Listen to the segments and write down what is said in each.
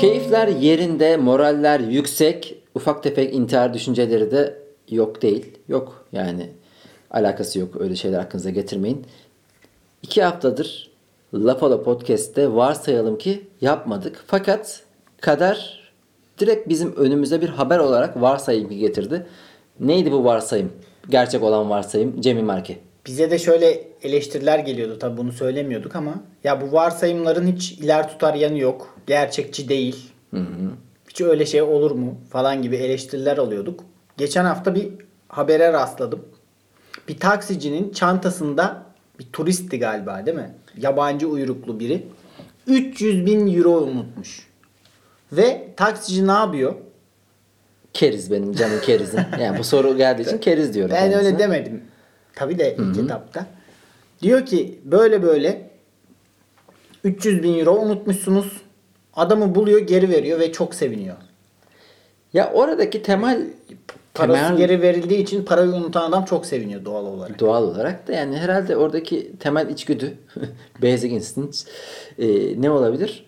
Keyifler yerinde, moraller yüksek, ufak tefek intihar düşünceleri de yok değil. Yok yani alakası yok, öyle şeyler aklınıza getirmeyin. 2 haftadır Lafala Podcast'te varsayalım ki yapmadık. Fakat kader direkt bizim önümüze bir haber olarak varsayım getirdi. Neydi bu varsayım? Gerçek olan varsayım Cemil Marki. Bize de şöyle eleştiriler geliyordu, tabi bunu söylemiyorduk ama ya bu varsayımların hiç iler tutar yanı yok. Gerçekçi değil. Hiç öyle şey olur mu falan gibi eleştiriler alıyorduk. Geçen hafta bir habere rastladım. Bir taksicinin çantasında, bir turistti galiba değil mi? Yabancı uyruklu biri. 300.000 euro unutmuş. Ve taksici ne yapıyor? Keriz benim canım kerizim. Yani bu soru geldiği için keriz diyorum. Ben kendisine. öyle demedim. Tabii de ilk etapta. Diyor ki böyle böyle 300.000 euro unutmuşsunuz. Adamı buluyor, geri veriyor ve çok seviniyor. Ya oradaki Parası geri verildiği için parayı unutan adam çok seviniyor doğal olarak. Doğal olarak da yani herhalde oradaki temel içgüdü basic instinct ne olabilir?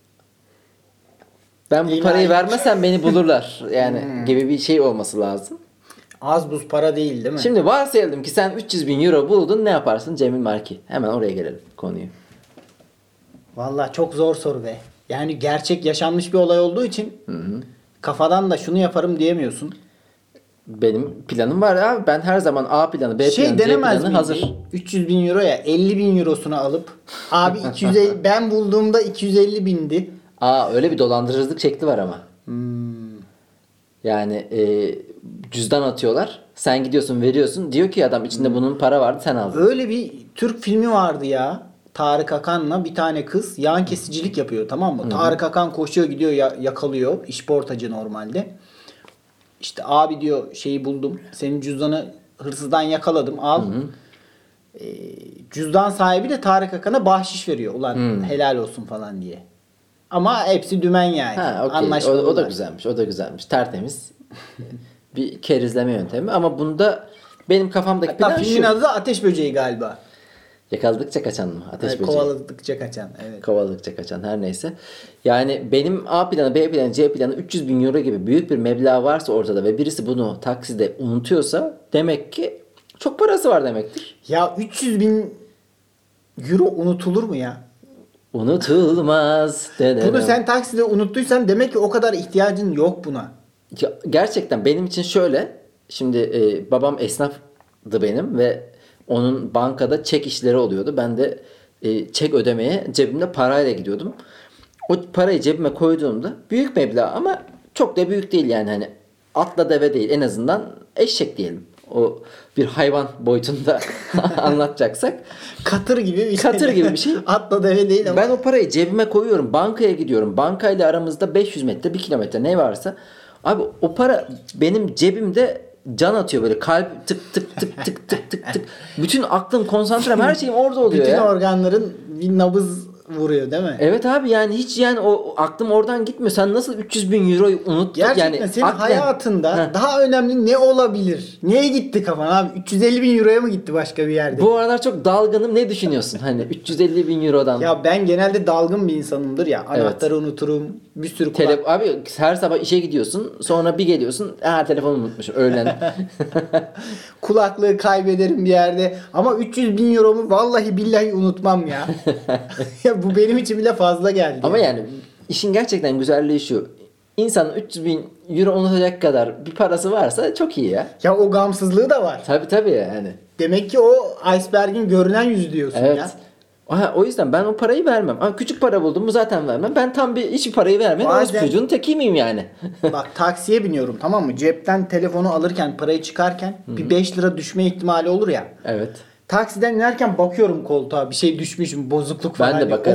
Ben bu parayı vermezsem beni bulurlar. Yani gibi bir şey olması lazım. Az buz para değil mi? Şimdi varsayalım ki sen 300.000 euro buldun, ne yaparsın Cemil Marki? Hemen oraya gelelim konuyu. Vallahi çok zor soru be. Yani gerçek yaşanmış bir olay olduğu için kafadan da şunu yaparım diyemiyorsun. Benim planım var abi. Ben her zaman A planı, B planı, C planı hazır. 300.000 euroya 50.000 eurosunu alıp abi 250, ben bulduğumda 250.000'di. Öyle bir dolandırıcılık şekli var ama. Yani cüzdan atıyorlar. Sen gidiyorsun, veriyorsun. Diyor ki adam içinde bunun para vardı, sen aldın. Öyle bir Türk filmi vardı ya. Tarık Akan'la bir tane kız yan kesicilik yapıyor, tamam mı? Tarık Akan koşuyor gidiyor, yakalıyor. İşportacı normalde. İşte abi diyor şeyi buldum. Senin cüzdanı hırsızdan yakaladım, al. Cüzdan sahibi de Tarık Akan'a bahşiş veriyor. Ulan helal olsun falan diye. Ama hepsi dümen yani. Okay. O da güzelmiş. O da güzelmiş. Tertemiz. Bir kerizleme yöntemi. Ama bunda benim kafamdaki hatta plan filmin şu. adı da Ateş Böceği galiba. Yakaladıkça kaçan mı? Ateş böceği. Kovaladıkça kaçan. Evet. Kovaladıkça kaçan, her neyse. Yani benim A planı, B planı, C planı 300.000 euro gibi büyük bir meblağ varsa ortada ve birisi bunu takside unutuyorsa demek ki çok parası var demektir. Ya 300.000 euro unutulur mu ya? Unutulmaz. Bunu sen takside unuttuysan demek ki o kadar ihtiyacın yok buna. Ya, gerçekten benim için şöyle. Şimdi babam esnaftı benim ve onun bankada çek işleri oluyordu. Ben de çek ödemeye cebimde parayla gidiyordum. O parayı cebime koyduğumda büyük meblağ ama çok da büyük değil yani, hani atla deve değil, en azından eşek diyelim. O bir hayvan boyutunda anlatacaksak. Katır gibi bir şey. Katır gibi bir şey. Atla deve değil ama. Ben o parayı cebime koyuyorum. Bankaya gidiyorum. Bankayla aramızda 500 metre, 1 kilometre ne varsa. Abi o para benim cebimde can atıyor, böyle kalp tık tık tık tık tık tık tık. Bütün aklım, konsantrem, her şeyim orada oluyor. Bütün ya. organların bir nabız vuruyor değil mi? Evet abi, yani hiç yani o aklım oradan gitmiyor. Sen nasıl 300.000 euroyu unut? Gerçekten yani senin hayatında daha önemli ne olabilir? Neye gitti kafan abi? 350.000 euroya mı gitti başka bir yerde? Bu aralar çok dalgınım. Ne düşünüyorsun? Hani 350.000 eurodan. Ya ben genelde dalgın bir insanımdır ya. Anahtarı unuturum. Bir sürü Abi her sabah işe gidiyorsun. Sonra bir geliyorsun. Telefonu unutmuşum. Öğlen. kulaklığı kaybederim bir yerde. Ama 300.000 euromu vallahi billahi unutmam ya. Ya bu benim için bile fazla geldi. Ama yani işin gerçekten güzelliği şu. İnsanın 300.000 euro unutacak kadar bir parası varsa çok iyi ya. Ya o gamsızlığı da var. Tabii yani. Demek ki o iceberg'in görünen yüzü diyorsun ya. O yüzden ben o parayı vermem. Ama küçük para buldum mu zaten vermem. Ben tam hiçbir parayı vermem. Orası çocuğun teki miyim yani? Bak taksiye biniyorum, tamam mı? Cepten telefonu alırken, parayı çıkarken bir 5 lira düşme ihtimali olur ya. Evet. Taksiden inerken bakıyorum koltuğa, bir şey düşmüş mü, bozukluk falan. Ben de bakarım.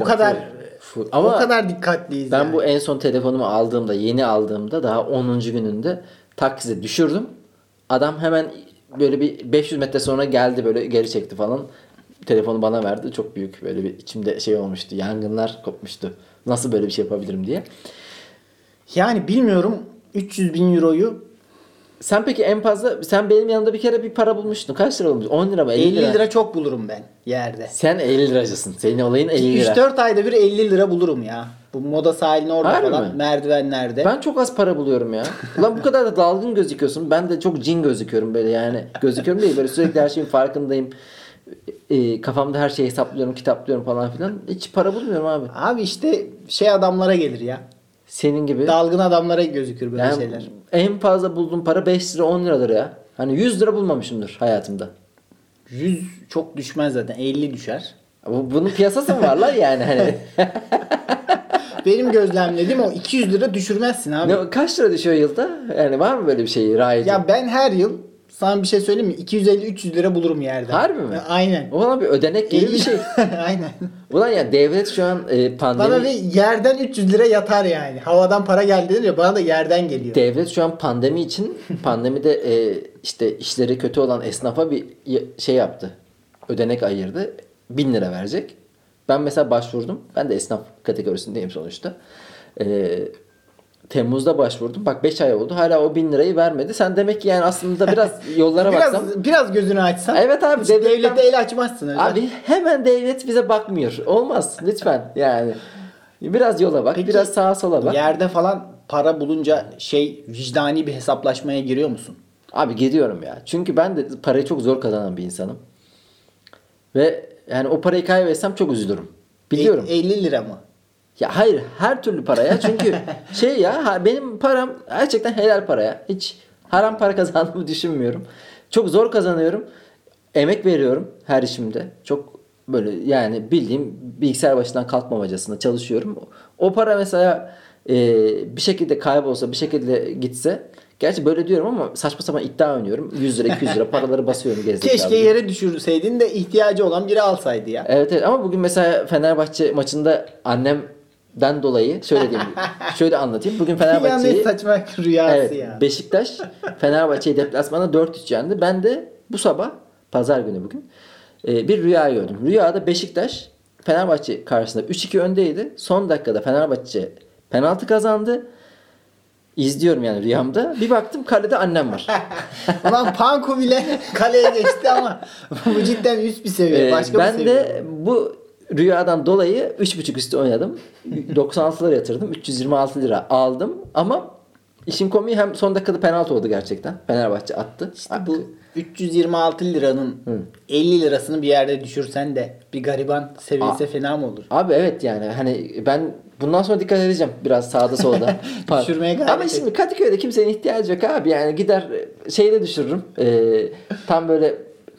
O kadar dikkatliyiz. Ben bu en son telefonumu aldığımda, yeni aldığımda daha 10. gününde takside düşürdüm. Adam hemen böyle bir 500 metre sonra geldi, böyle geri çekti falan. Telefonu bana verdi. Çok büyük böyle bir içimde şey olmuştu. Yangınlar kopmuştu. Nasıl böyle bir şey yapabilirim diye. Yani bilmiyorum 300.000 euroyu. Sen peki en fazla, sen benim yanımda bir kere bir para bulmuştun. Kaç lira bulmuştun? 10 lira mı? 50 lira çok bulurum ben yerde. Sen 50 liracısın. Senin olayın 50 lira. 3-4 ayda bir 50 lira bulurum ya. Bu Moda sahilin orada Harbi falan mi? merdivenlerde. Ben çok az para buluyorum ya. Ulan bu kadar da dalgın gözüküyorsun. Ben de çok cin gözüküyorum böyle yani. Gözüküyorum değil, böyle sürekli her şeyin farkındayım. Kafamda her şeyi hesaplıyorum, kitaplıyorum falan filan. Hiç para bulmuyorum abi. Abi işte şey adamlara gelir ya. Senin gibi. Dalgın adamlara gözükür böyle Yani şeyler. en fazla bulduğum para 5 lira 10 liradır ya. Hani 100 lira bulmamışımdır hayatımda. 100 çok düşmez zaten. 50 düşer. Bunun piyasası mı var lan yani hani? Benim gözlemlediğim o 200 lira düşürmezsin abi. Kaç lira düşüyor yılda? Yani var mı böyle bir şey Rayi'cim? Ya ben her yıl sana bir şey söyleyeyim mi? 250-300 lira bulurum yerden. Harbi mi? Aynen. O bana bir ödenek gibi bir şey. Aynen. Ulan ya devlet şu an pandemi... Bana bir yerden 300 lira yatar yani. Havadan para geldi denir ya, bana da yerden geliyor. Devlet şu an pandemi için pandemide işte işleri kötü olan esnafa bir şey yaptı. Ödenek ayırdı. 1000 lira verecek. Ben mesela başvurdum. Ben de esnaf kategorisindeyim sonuçta. Temmuz'da başvurdum. Bak 5 ay oldu. Hala o 1000 lirayı vermedi. Sen demek ki yani aslında biraz yollara baksam. Biraz gözünü açsan. Evet abi. Hiç devlete el açmazsın öyle. Abi hemen devlet bize bakmıyor. Olmaz. Lütfen yani. Biraz yola bak. Peki, biraz sağa sola bak. Yerde falan para bulunca vicdani bir hesaplaşmaya giriyor musun? Abi giriyorum ya. Çünkü ben de parayı çok zor kazanan bir insanım. Ve yani o parayı kaybetsem çok üzülürüm. Biliyorum. 50 lira mı? Ya hayır, her türlü paraya. Çünkü benim param gerçekten helal paraya. Hiç haram para kazandığımı düşünmüyorum. Çok zor kazanıyorum. Emek veriyorum her işimde. Çok böyle yani bildiğim bilgisayar başından kalkmamacasına çalışıyorum. O para mesela bir şekilde kaybolsa, bir şekilde gitse, gerçi böyle diyorum ama saçma sapan iddia oynuyorum. 100 lira 200 lira paraları basıyorum gerizekalı. Keşke yere düşürseydin de ihtiyacı olan biri alsaydı ya. Evet ama bugün mesela Fenerbahçe maçında annemden dolayı şöyle diyeyim. Şöyle anlatayım. Bugün Dünyanın Fenerbahçe'yi en saçma rüyası evet, ya. Beşiktaş Fenerbahçe'yi deplasmanda 4-3 yendi. Ben de bu sabah pazar günü bugün bir rüya gördüm. Rüyada Beşiktaş Fenerbahçe karşısında 3-2 öndeydi. Son dakikada Fenerbahçe penaltı kazandı. İzliyorum yani rüyamda. Bir baktım kalede annem var. Ulan Panko bile kaleye geçti ama bu cidden üst bir seviye. Başka Ben bir seviye. de bu rüyadan dolayı 3.5 üstü oynadım. 96 lira yatırdım. 326 lira aldım. Ama işin komiği hem son dakikada penaltı oldu gerçekten. Fenerbahçe attı. İşte bu 326 liranın 50 lirasını bir yerde düşürsen de bir gariban seviyesi fena mı olur? Abi evet yani hani ben bundan sonra dikkat edeceğim biraz sağda solda. Düşürmeye gayret Ama şimdi Kadıköy'de kimsenin ihtiyacı yok abi. Yani gider şeyde düşürürüm. Tam böyle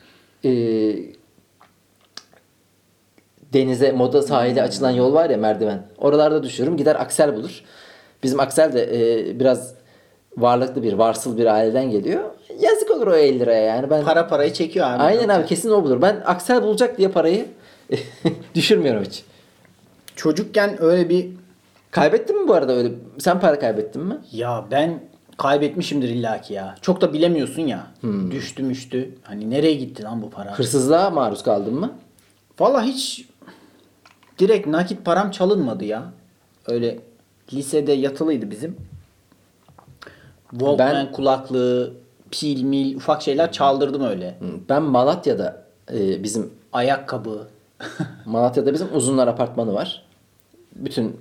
denize, Moda sahile açılan yol var ya, merdiven. Oralarda düşürürüm. Gider Aksel bulur. Bizim Aksel de biraz varlıklı bir, varsıl bir aileden geliyor. Yazık olur o 50 liraya yani. Ben Parayı çekiyor abi. aynen abi, kesin o bulur. Ben Aksel bulacak diye parayı düşürmüyorum hiç. Çocukken öyle bir Kaybettin mi bu arada öyle? Sen para kaybettin mi? ya ben kaybetmişimdir illaki ya. Çok da bilemiyorsun ya. Düştü. Hani nereye gitti lan bu para? Hırsızlığa maruz kaldın mı? Valla hiç direkt nakit param çalınmadı ya. Öyle lisede yatılıydı bizim. Walkman kulaklığı, pil mil ufak şeyler çaldırdım öyle. Ben Malatya'da bizim Ayakkabı. Malatya'da bizim Uzunlar Apartmanı var. Bütün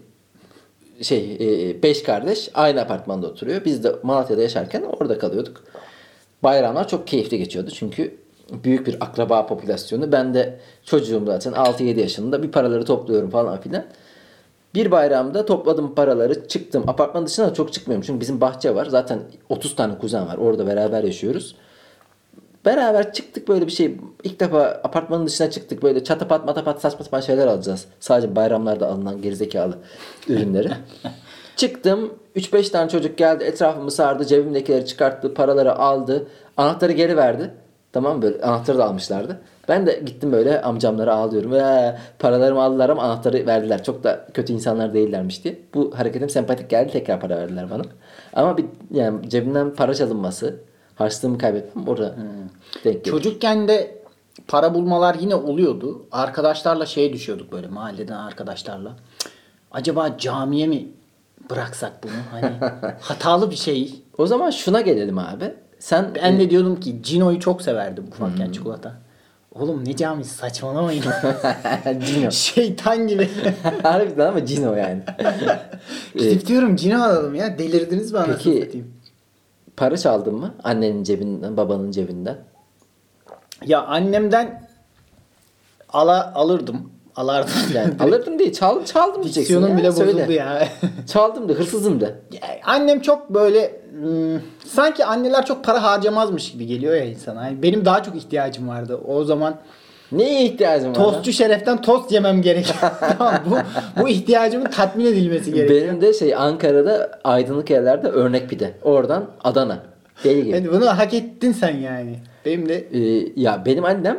5 kardeş aynı apartmanda oturuyor. Biz de Malatya'da yaşarken orada kalıyorduk. Bayramlar çok keyifli geçiyordu. Çünkü büyük bir akraba popülasyonu. Ben de çocuğum zaten 6-7 yaşında, bir paraları topluyorum falan filan. Bir bayramda topladım paraları, çıktım. Apartman dışına da çok çıkmıyorum. Çünkü bizim bahçe var. Zaten 30 tane kuzen var. Orada beraber yaşıyoruz. Beraber çıktık böyle bir şey. İlk defa apartmanın dışına çıktık. Böyle çatapat matapat saçma sapan şeyler alacağız. Sadece bayramlarda alınan gerizekalı ürünleri. Çıktım. 3-5 tane çocuk geldi. Etrafımı sardı. Cebimdekileri çıkarttı. Paraları aldı. Anahtarı geri verdi. Tamam mı? Böyle anahtarı da almışlardı. Ben de gittim böyle amcamlara ağlıyorum. Paralarımı aldılar ama anahtarı verdiler. Çok da kötü insanlar değillermiş diye. Bu hareketim sempatik geldi. Tekrar para verdiler bana. Ama yani cebimden para çalınması, harçlığımı kaybetmem orada denk gelir. Çocukken de para bulmalar yine oluyordu. Arkadaşlarla düşüyorduk böyle, mahalleden arkadaşlarla. Cık, acaba camiye mi bıraksak bunu? Hani hatalı bir şey. O zaman şuna gelelim abi. Ben de diyordum ki Cino'yu çok severdim ufakken, çikolata. Oğlum ne camisi, saçmalamayın. Cino. Şeytan gibi. Harbiden ama Cino yani. Gidip diyorum cino alalım ya. Delirdiniz mi anasını Peki satayım. para çaldın mı? Annenin cebinden, babanın cebinden. Ya annemden alırdım. Alardım. Yani alırdım değil, çaldım diyeceksin Diksiyonum ya. bile bozuldu Söyle. ya. Çaldım da, hırsızım da. Ya, annem çok böyle sanki anneler çok para harcamazmış gibi geliyor ya insana. Yani benim daha çok ihtiyacım vardı. O zaman Neye ihtiyacım var? tostçu Şeref'ten tost yemem gerekiyor. Tamam, bu ihtiyacımın tatmin edilmesi gerekiyor. Benim de Ankara'da aydınlık yerlerde örnek pide. Oradan Adana. Deli gibi. Yani bunu hak ettin sen yani. Benim de Ya benim annem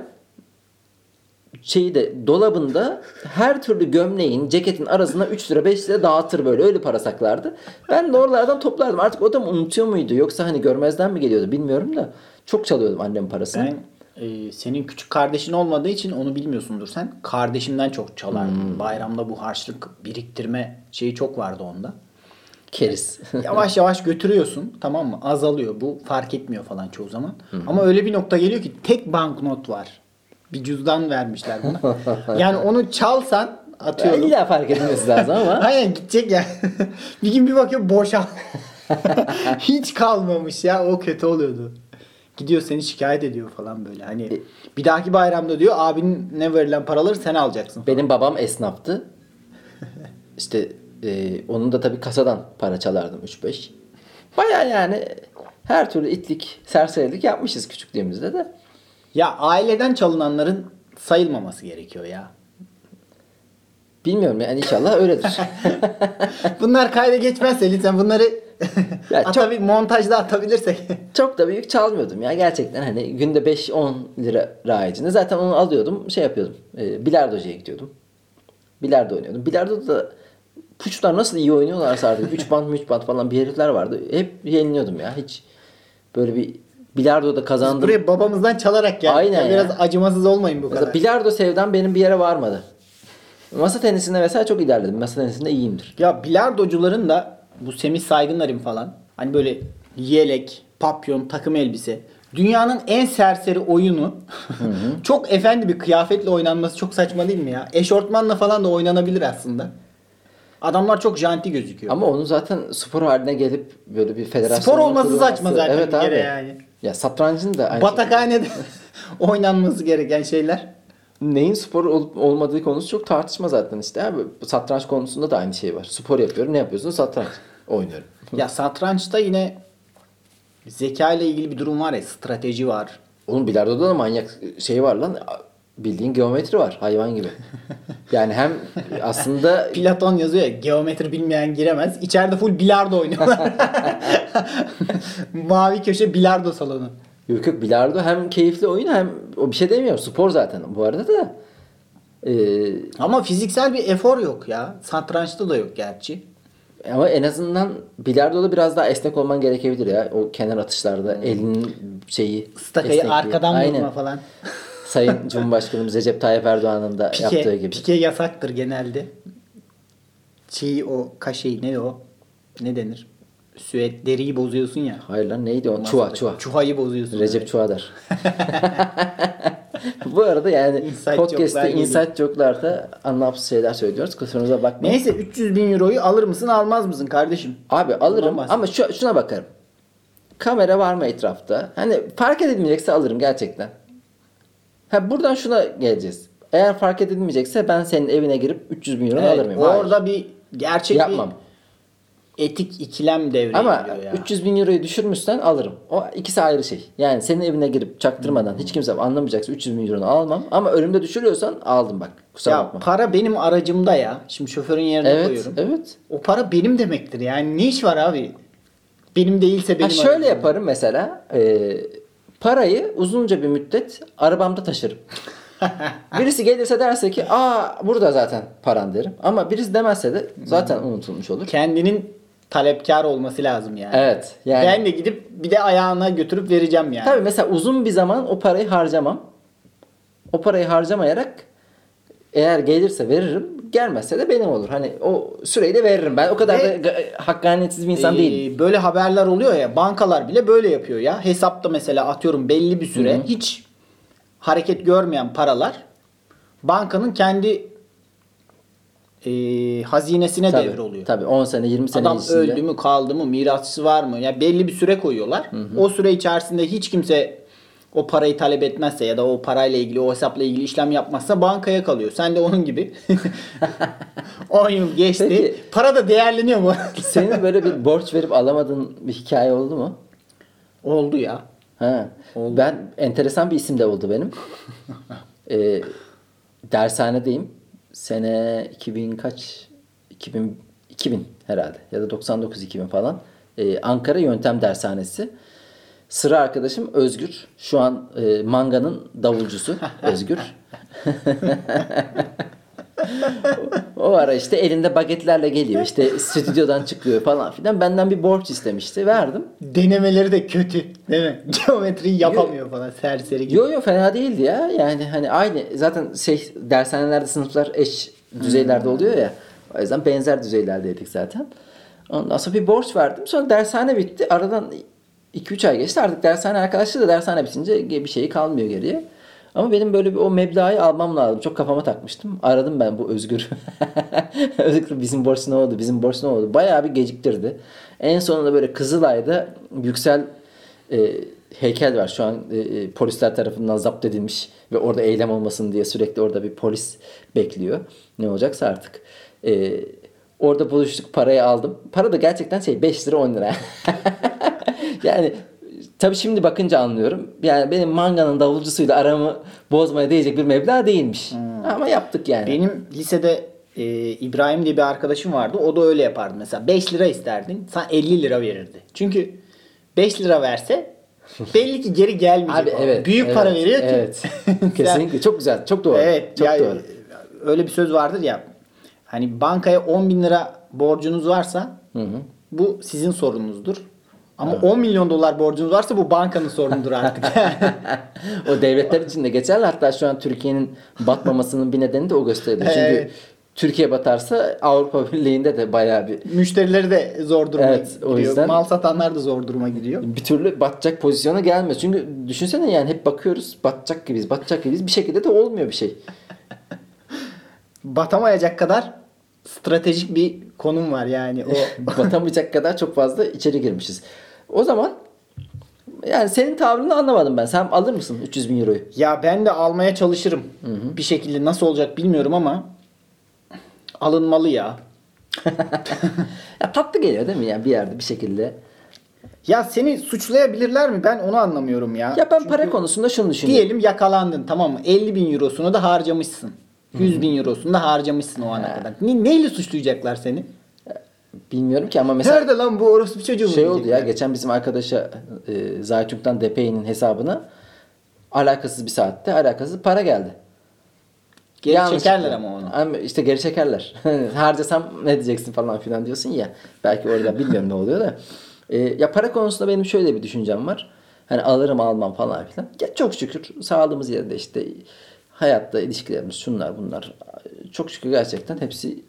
dolabında her türlü gömleğin, ceketin arasına 3 lira 5 lira dağıtır, böyle öyle para saklardı. Ben de oralardan toplardım. Artık o da mı unutuyor muydu, yoksa hani görmezden mi geliyordu bilmiyorum da çok çalıyordum annemin parasını. ben senin küçük kardeşin olmadığı için onu bilmiyorsundur sen. Kardeşimden çok çalardım. Bayramda bu harçlık biriktirme şeyi çok vardı onda. Keriz. Yavaş yavaş götürüyorsun, tamam mı? Azalıyor. Bu fark etmiyor falan çoğu zaman. Ama öyle bir nokta geliyor ki tek banknot var. Bir cüzdan vermişler buna. Yani onu çalsan, atıyorum. İlla fark edilmesi lazım ama. Aynen, gidecek ya. Bir gün bir bakıyor boşal. Hiç kalmamış ya. O kötü oluyordu. Gidiyor seni şikayet ediyor falan böyle. Hani bir dahaki bayramda diyor abine verilen paraları sen alacaksın. Benim babam esnaftı. İşte onun da tabii kasadan para çalardım 3-5. Baya yani her türlü itlik, serserilik yapmışız küçüklüğümüzde de. Ya aileden çalınanların sayılmaması gerekiyor ya. Bilmiyorum yani, inşallah öyledir. Bunlar kayda geçmezse lütfen bunları Ya montajda atabilirsek. Çok da büyük çalmıyordum ya gerçekten, hani günde 5-10 lira rayicinde zaten onu alıyordum, yapıyordum. Bilardocuya gidiyordum. Bilardo oynuyordum. Bilardo'da da puçlar nasıl iyi oynuyorlarsa artık 3 bant falan bir herifler vardı. Hep yeniliyordum ya. Hiç böyle bir bilardoda kazandım. Buraya babamızdan çalarak geldik. Aynen Yani biraz ya. acımasız olmayın bu Mesela kadar. bilardo sevdam benim bir yere varmadı. Masa tenisinde mesela çok ilerledim. Masa tenisinde iyiyimdir. Ya bilardocuların da bu Semih Saygınlar'ın falan hani böyle yelek, papyon, takım elbise, dünyanın en serseri oyunu çok efendi bir kıyafetle oynanması çok saçma değil mi ya? Eşortmanla falan da oynanabilir aslında. Adamlar çok janti gözüküyor. Ama onun zaten spor haline gelip böyle bir federasyon Spor olması kurulması- saçma zaten evet bir abi. kere yani. Ya satrancın da aynı Batakhanede oynanması gereken şeyler. neyin spor olup olmadığı konusu çok tartışma zaten işte abi. Satranç konusunda da aynı şey var. Spor yapıyorum. Ne yapıyorsun? Satranç oynuyorum. Ya satrançta yine zeka ile ilgili bir durum var ya, strateji var. Oğlum bilardoda da manyak var lan. Bildiğin geometri var. Hayvan gibi. Yani hem aslında Platon yazıyor ya, geometri bilmeyen giremez. İçeride full bilardo oynuyorlar. Mavi köşe bilardo salonu. yok bilardo hem keyifli oyun, hem o bir şey demiyorum. Spor zaten bu arada da. Ama fiziksel bir efor yok ya. Satrançta da yok gerçi. Ama en azından bilardoda biraz daha esnek olman gerekebilir ya. O kenar atışlarda elinin Stakayı esnekliği. arkadan Aynen. vurma falan. Sayın Cumhurbaşkanımız Recep Tayyip Erdoğan'ın da yaptığı gibi. Pike yasaktır genelde. O kaşeyi ne o? Ne denir? Süet deriyi bozuyorsun ya. Hayır lan, neydi o? Masada Çuha. Çuhayı bozuyorsun. Recep Evet. Çuha der. Bu arada yani Inside podcast'te joke'lar inside joke'larda anlamsız şeyler söylüyoruz. Kusurunuza bakmayın. Neyse 300 bin euroyu alır mısın almaz mısın kardeşim? Abi alırım Bundan ama şuna bakarım. Kamera var mı etrafta? Hani fark edilmeyecekse alırım gerçekten. Buradan şuna geleceğiz. Eğer fark edilmeyecekse ben senin evine girip 300 bin euro Evet, alır mıyım? Hayır. orada bir gerçek Yapmam. bir etik ikilem devreye Ama giriyor ya. 300 bin euroyu düşürmüşsen alırım. O ikisi ayrı şey. Yani senin evine girip çaktırmadan hiç kimse anlamayacaksa 300 bin euronu almam. Ama önümde düşürüyorsan aldım bak. Kusura Ya bakma. para benim aracımda ya. Şimdi şoförün yerine Evet, koyuyorum. evet. O para benim demektir. Yani ne iş var abi? Benim değilse benim Şöyle aracım. yaparım mesela. Parayı uzunca bir müddet arabamda taşırım. Birisi gelirse derse ki burada zaten paran derim. Ama birisi demezse de zaten unutulmuş olur. Kendinin talepkar olması lazım yani. Evet. Yani Ben de gidip bir de ayağına götürüp vereceğim yani. tabii mesela uzun bir zaman o parayı harcamam. O parayı harcamayarak eğer gelirse veririm. Gelmezse de benim olur. Hani o süreyi de veririm. Ben o kadar Ve- da hakkaniyetsiz bir insan değilim. Böyle haberler oluyor ya, bankalar bile böyle yapıyor ya. Hesapta mesela atıyorum belli bir süre hiç hareket görmeyen paralar bankanın kendi hazinesine Tabii, devroluyor. tabii 10 sene 20 sene Adam içinde. öldü mü kaldı mı mirasçısı var mı? Yani belli bir süre koyuyorlar. O süre içerisinde hiç kimse o parayı talep etmezse ya da o parayla ilgili o hesapla ilgili işlem yapmazsa bankaya kalıyor. Sen de onun gibi 10 yıl geçti. Peki. Para da değerleniyor mu? Senin böyle bir borç verip alamadığın bir hikaye oldu mu? Oldu ya. Ha. Ben enteresan bir isim de oldu benim. Dershanedeyim. Sene 2000 kaç? 2000 herhalde ya da 99-2000 falan. Ankara Yöntem Dershanesi. Sıra arkadaşım Özgür. Şu an Manga'nın davulcusu Özgür. O ara işte elinde bagetlerle geliyor. İşte stüdyodan çıkıyor falan filan. Benden bir borç istemişti. Verdim. Denemeleri de kötü, değil mi? Geometriyi yapamıyor falan serseri gibi. Yo fena değildi ya. Yani hani aynı zaten dershanelerde sınıflar eş düzeylerde oluyor ya. O yüzden benzer düzeylerdeydik zaten. Ondan sonra bir borç verdim. Sonra dershane bitti. Aradan 2-3 ay geçti. Artık dershane arkadaşlar da dershane bitince bir şey kalmıyor geriye. Ama benim böyle bir o meblağı almam lazım. Çok kafama takmıştım. Aradım ben bu Özgür. Özgür bizim borç ne oldu? Bizim borç ne oldu? Bayağı bir geciktirdi. En sonunda böyle Kızılay'da Yüksel heykel var. Şu an polisler tarafından zapt edilmiş ve orada eylem olmasın diye sürekli orada bir polis bekliyor. Ne olacaksa artık. Orada buluştuk, parayı aldım. Para da gerçekten 5 lira 10 lira. Yani tabii şimdi bakınca anlıyorum. Yani benim Manga'nın davulcusuyla aramı bozmaya değecek bir meblağ değilmiş. Ama yaptık yani. Benim lisede İbrahim diye bir arkadaşım vardı. O da öyle yapardı. Mesela 5 lira isterdin. Sana 50 lira verirdi. Çünkü 5 lira verse belli ki geri gelmeyecek. Abi evet. Büyük evet, para veriyor ki. Evet. Kesinlikle. Çok güzel. Çok doğru. Evet. Çok Ya, doğru. öyle bir söz vardır ya. Hani bankaya 10 bin lira borcunuz varsa bu sizin sorununuzdur. Ama 10 milyon dolar borcunuz varsa bu bankanın sorunudur artık. O devletler için de geçerli. Hatta şu an Türkiye'nin batmamasının bir nedeni de o gösteriyor. Çünkü Evet. Türkiye batarsa Avrupa Birliği'nde de bayağı bir Müşterileri de zor duruma Evet, o giriyor. yüzden- Mal satanlar da zor duruma giriyor. bir türlü batacak pozisyona gelmez. Çünkü düşünsene yani hep bakıyoruz batacak gibiyiz, batacak gibiyiz. Bir şekilde de olmuyor bir şey. Batamayacak kadar stratejik bir konum var yani. O Batamayacak kadar çok fazla içeri girmişiz. O zaman yani senin tavrını anlamadım ben. Sen alır mısın 300 bin euroyu? Ya ben de almaya çalışırım. Bir şekilde nasıl olacak bilmiyorum ama alınmalı ya. Ya tatlı geliyor değil mi yani bir yerde bir şekilde. Ya seni suçlayabilirler mi? Ben onu anlamıyorum ya. Ya ben Çünkü para konusunda şunu düşünüyorum. diyelim yakalandın, tamam mı? 50 bin eurosunu da harcamışsın. 100 bin eurosunu da harcamışsın o ana kadar. Neyle suçlayacaklar seni? Bilmiyorum ki ama mesela Nerede lan bu orospu çocuğu mu şey oldu ya diyecekler? geçen bizim arkadaşa Zaytürk'ten Depey'nin hesabına alakasız bir saatte alakasız para geldi. Geri Yanlışlıkla. çekerler ama onu. Ama işte geri çekerler. Harcasam ne diyeceksin falan filan diyorsun ya. Belki orada bilmiyorum ne oluyor da. Ya para konusunda benim şöyle bir düşüncem var. Hani alırım almam falan filan. Ya çok şükür sağlığımız yerinde işte hayatta ilişkilerimiz şunlar bunlar. Çok şükür gerçekten hepsi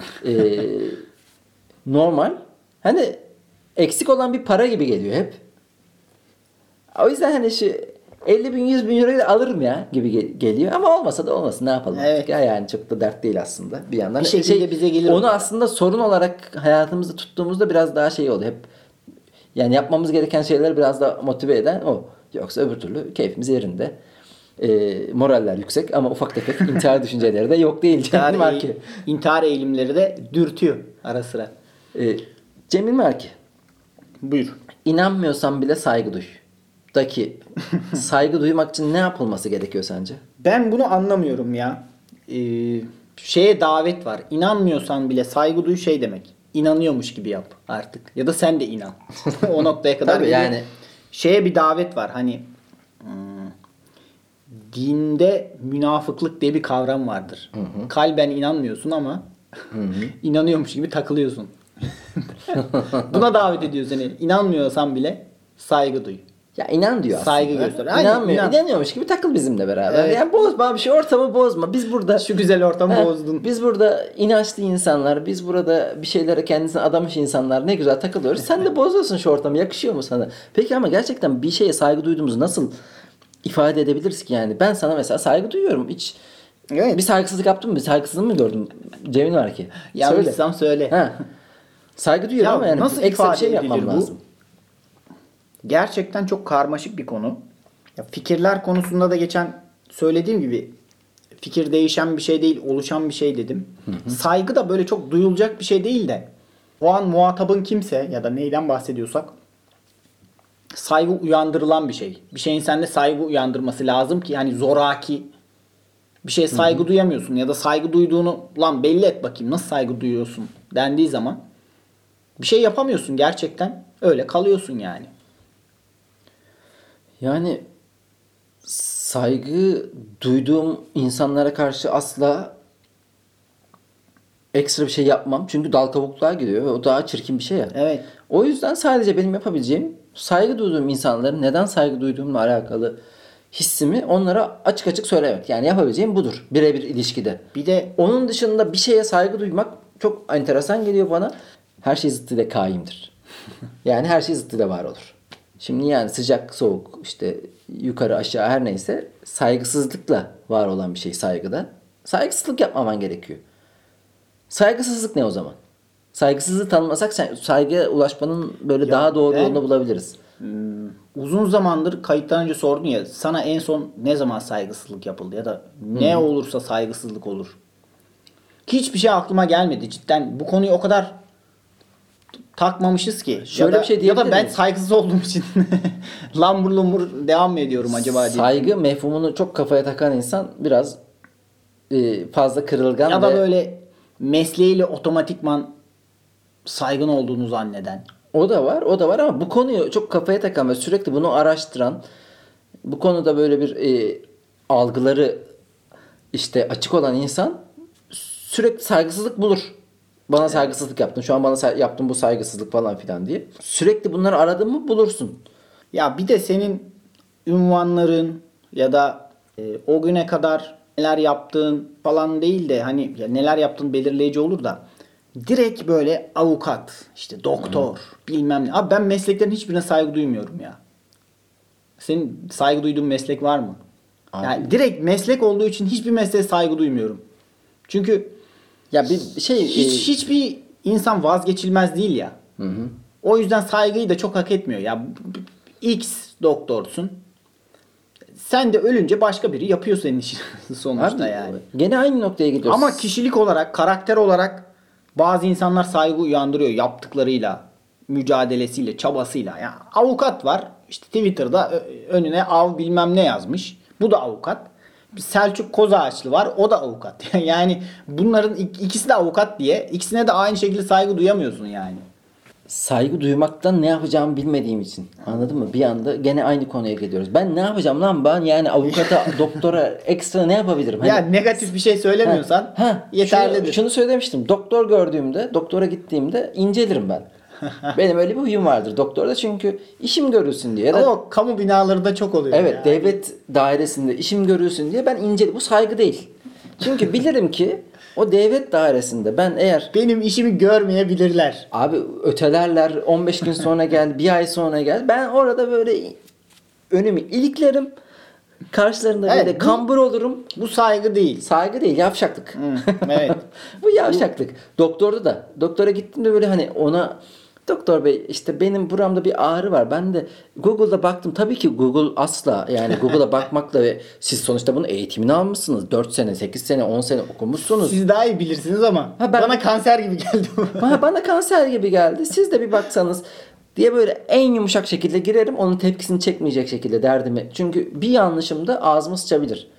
normal. Hani eksik olan bir para gibi geliyor hep. O yüzden hani şu 50 bin 100 bin euroyu da alırım ya gibi geliyor. Ama olmasa da olmasın ne yapalım Evet. artık ya yani çok da dert değil aslında bir yandan. Bir şekilde bize gelir onu o. aslında sorun olarak hayatımızda tuttuğumuzda biraz daha şey oldu hep. Yani yapmamız gereken şeyleri biraz daha motive eden o. Yoksa öbür türlü keyfimiz yerinde. Moraller yüksek ama ufak tefek intihar düşünceleri de yok değil. Cemil Marki. İntihar eğilimleri de dürtüyor ara sıra. Cemil Marki. Buyur. İnanmıyorsan bile saygı duy. Daki saygı duymak için ne yapılması gerekiyor sence? Ben bunu anlamıyorum ya. Şeye davet var. İnanmıyorsan bile saygı duy şey demek. İnanıyormuş gibi yap artık. Ya da sen de inan. O noktaya kadar. Tabii geliyor. yani. Şeye bir davet var. Hani dinde münafıklık diye bir kavram vardır. Kalben inanmıyorsun ama inanıyormuş gibi takılıyorsun. Buna davet ediyor seni. İnanmıyorsan bile saygı duy. Ya inan diyor Saygı aslında. göster. Aynen, inan. İnanıyormuş gibi takıl bizimle beraber. Evet. Yani bozma bir şey ortamı bozma. Biz burada Şu güzel ortamı bozdun. Biz burada inançlı insanlar, biz burada bir şeylere kendisini adamış insanlar ne güzel takılıyoruz. Sen de bozuyorsun şu ortamı. Yakışıyor mu sana? Peki ama gerçekten bir şeye saygı duyduğumuzu nasıl ifade edebiliriz ki yani? Ben sana mesela saygı duyuyorum. Hiç Evet. bir saygısızlık yaptım mı? Bir saygısızlık mı gördüm? Cemil var ki. Yanlışsam söyle. Ha. Saygı duyuyorum Ya ama yani nasıl ekstra bir ifade şey mi yapmam edilir bu? lazım? Gerçekten çok karmaşık bir konu. Ya fikirler konusunda da geçen söylediğim gibi fikir değişen bir şey değil, oluşan bir şey dedim. Saygı da böyle çok duyulacak bir şey değil de o an muhatabın kimse ya da neyden bahsediyorsak saygı uyandırılan bir şey. Bir şeyin sende saygı uyandırması lazım ki yani zoraki bir şeye saygı duyamıyorsun ya da saygı duyduğunu lan belli et bakayım nasıl saygı duyuyorsun dendiği zaman bir şey yapamıyorsun gerçekten. Öyle kalıyorsun yani. Yani saygı duyduğum insanlara karşı asla ekstra bir şey yapmam. Çünkü dal kabukluğa gidiyor ve o daha çirkin bir şey ya. Evet. O yüzden sadece benim yapabileceğim saygı duyduğum insanların neden saygı duyduğumla alakalı hissimi onlara açık açık söylemek. Yani yapabileceğim budur birebir ilişkide. Bir de Onun dışında bir şeye saygı duymak çok enteresan geliyor bana. Her şey zıttıyla kaimdir. Yani her şey zıttıyla var olur. Şimdi yani sıcak, soğuk, işte yukarı aşağı her neyse saygısızlıkla var olan bir şey saygıda. Saygısızlık yapmaman gerekiyor. Saygısızlık ne o zaman? Saygısızlığı tanımlasak saygıya ulaşmanın böyle Ya daha doğru ben- yolunu bulabiliriz. uzun zamandır kayıttan önce sordun ya sana en son ne zaman saygısızlık yapıldı ya da ne olursa saygısızlık olur. Hiçbir şey aklıma gelmedi cidden. Bu konuyu o kadar takmamışız ki. Şöyle ya da, bir şey ya diyebilir da ben miyim? saygısız olduğum için lambur lumbur devam mı ediyorum acaba diye. Saygı mefhumunu çok kafaya takan insan biraz fazla kırılgan Ya da ve böyle mesleğiyle otomatikman saygın olduğunu zanneden. o da var, o da var ama bu konuyu çok kafaya takan ve sürekli bunu araştıran, bu konuda böyle bir algıları işte açık olan insan sürekli saygısızlık bulur. Bana saygısızlık yaptın. Şu an bana yaptın bu saygısızlık falan filan diye. Sürekli bunları aradın mı bulursun. Ya bir de senin ünvanların ya da o güne kadar neler yaptığın falan değil de hani ya neler yaptığın belirleyici olur da direkt böyle avukat, işte doktor, bilmem ne. Abi ben mesleklerin hiçbirine saygı duymuyorum ya. Senin saygı duyduğun meslek var mı? Abi- Yani direkt meslek olduğu için hiçbir mesleğe saygı duymuyorum. Çünkü Ya bir şey hiçbir insan vazgeçilmez değil ya. O yüzden saygıyı da çok hak etmiyor. Ya X doktorsun. Sen de ölünce başka biri yapıyor senin işini sonuçta abi, yani. gene aynı noktaya gidiyoruz. Ama kişilik olarak, karakter olarak bazı insanlar saygı uyandırıyor yaptıklarıyla, mücadelesiyle, çabasıyla. Ya avukat var. İşte Twitter'da önüne av bilmem ne yazmış. Bu da avukat. Selçuk Kozağaçlı var. O da avukat. Yani bunların ikisi de avukat diye ikisine de aynı şekilde saygı duyamıyorsun yani. Saygı duymaktan ne yapacağımı bilmediğim için. Anladın mı? Bir anda gene aynı konuya geliyoruz. Ben ne yapacağım lan ben yani avukata, doktora ekstra ne yapabilirim? Ya negatif bir şey söylemiyorsan yeterlidir. Şunu söylemiştim. Doktor gördüğümde, doktora gittiğimde incelirim ben. Benim öyle bir huyum vardır doktorda çünkü işim görülsün diye. Ya da Ama o kamu binalarında çok oluyor. evet ya. devlet dairesinde işim görülsün diye ben bu saygı değil. Çünkü bilirim ki o devlet dairesinde ben eğer Benim işimi görmeyebilirler. abi ötelerler 15 gün sonra gel, bir ay sonra gel. Ben orada böyle önümü iliklerim. Karşılarında Evet, böyle kambur olurum. Bu saygı değil. Saygı değil, yavşaklık. Evet. Bu yavşaklık. Doktorda da. Doktora gittiğimde böyle hani ona doktor bey işte benim buramda bir ağrı var. Ben de Google'da baktım. Tabii ki Google asla yani Google'a bakmakla ve siz sonuçta bunun eğitimini almışsınız. 4 sene, 8 sene, 10 sene okumuşsunuz. Siz daha iyi bilirsiniz ama Ha, ben- bana kanser gibi geldi bu. Bana kanser gibi geldi. Siz de bir baksanız diye böyle en yumuşak şekilde girerim. Onun tepkisini çekmeyecek şekilde derdimi. Çünkü bir yanlışımda ağzıma sıçabilir.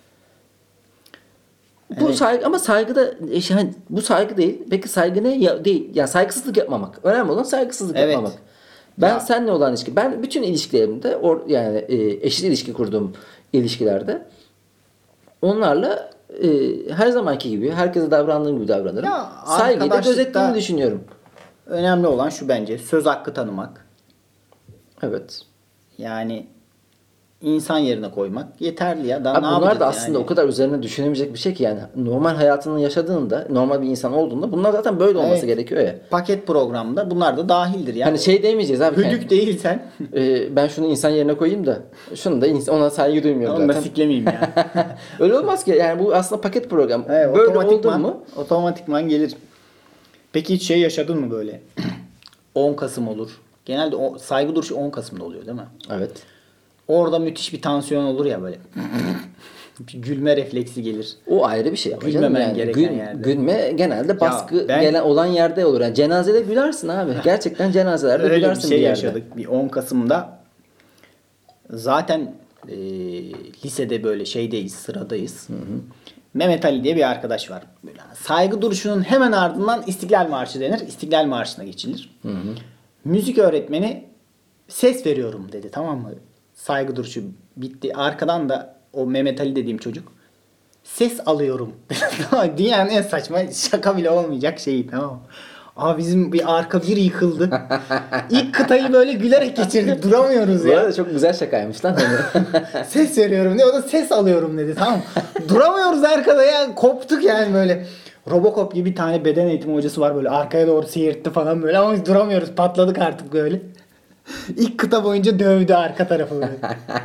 Bu Evet. saygı ama saygı da hani bu saygı değil. Peki saygı ne? Ya, değil. Yani saygısızlık yapmamak. Önemli olan saygısızlık Evet. yapmamak. Ben Ya. seninle olan ilişki. Ben bütün ilişkilerimde yani eşit ilişki kurduğum ilişkilerde onlarla her zamanki gibi herkese davrandığım gibi davranırım. Ya, Saygıyı da arkadaşlıkta- gözettiğimi düşünüyorum. Önemli olan şu bence. Söz hakkı tanımak. Evet. Yani insan yerine koymak yeterli ya. Daha Abi ne bunlar da yapacağız aslında yani? o kadar üzerine düşünemeyecek bir şey ki yani. Normal hayatını yaşadığında, normal bir insan olduğunda bunlar zaten böyle olması Evet. gerekiyor ya. Paket programda bunlar da dahildir ya. Hani şey demeyeceğiz abi. Hüdük değilsen Ben şunu insan yerine koyayım da şunu da ona saygı duymuyorum onu da zaten. siklemeyeyim yani. Öyle olmaz ki. Yani bu aslında paket program. Evet, Böyle oldu mu? otomatikman gelir. Peki hiç şey yaşadın mı böyle? 10 Kasım olur. Genelde saygı duruşu 10 Kasım'da oluyor değil mi? Evet. Orada müthiş bir tansiyon olur ya böyle. Bir gülme refleksi gelir. O ayrı bir şey. Ama canım Gülmemen yani. gereken yerde. Gülme genelde baskı ben- gelen olan yerde olur. Yani cenazede gülersin abi. Gerçekten cenazelerde Öyle bir gülersin şey bir yerde. yaşadık. Bir 10 Kasım'da zaten lisede böyle şeydeyiz, sıradayız. Mehmet Ali diye bir arkadaş var. Böyle saygı duruşunun hemen ardından İstiklal Marşı denir. İstiklal Marşı'na geçilir. Müzik öğretmeni ses veriyorum dedi, tamam mı? Saygı duruşu bitti. Arkadan da o Mehmet Ali dediğim çocuk ses alıyorum. Dünyanın en saçma, şaka bile olmayacak şeyi, tamam mı? Abi bizim bir arka bir yıkıldı. İlk kıtayı böyle gülerek geçirdik. Duramıyoruz Bu ya. arada çok güzel şakaymış lan. Hani. Ses veriyorum diye, o da ses alıyorum dedi, tamam mı? Duramıyoruz arkada ya. Koptuk yani böyle. Robocop gibi bir tane beden eğitimi hocası var, böyle arkaya doğru seyirtti falan böyle, ama biz duramıyoruz. Patladık artık böyle. İlk kıta boyunca dövdü arka tarafı böyle.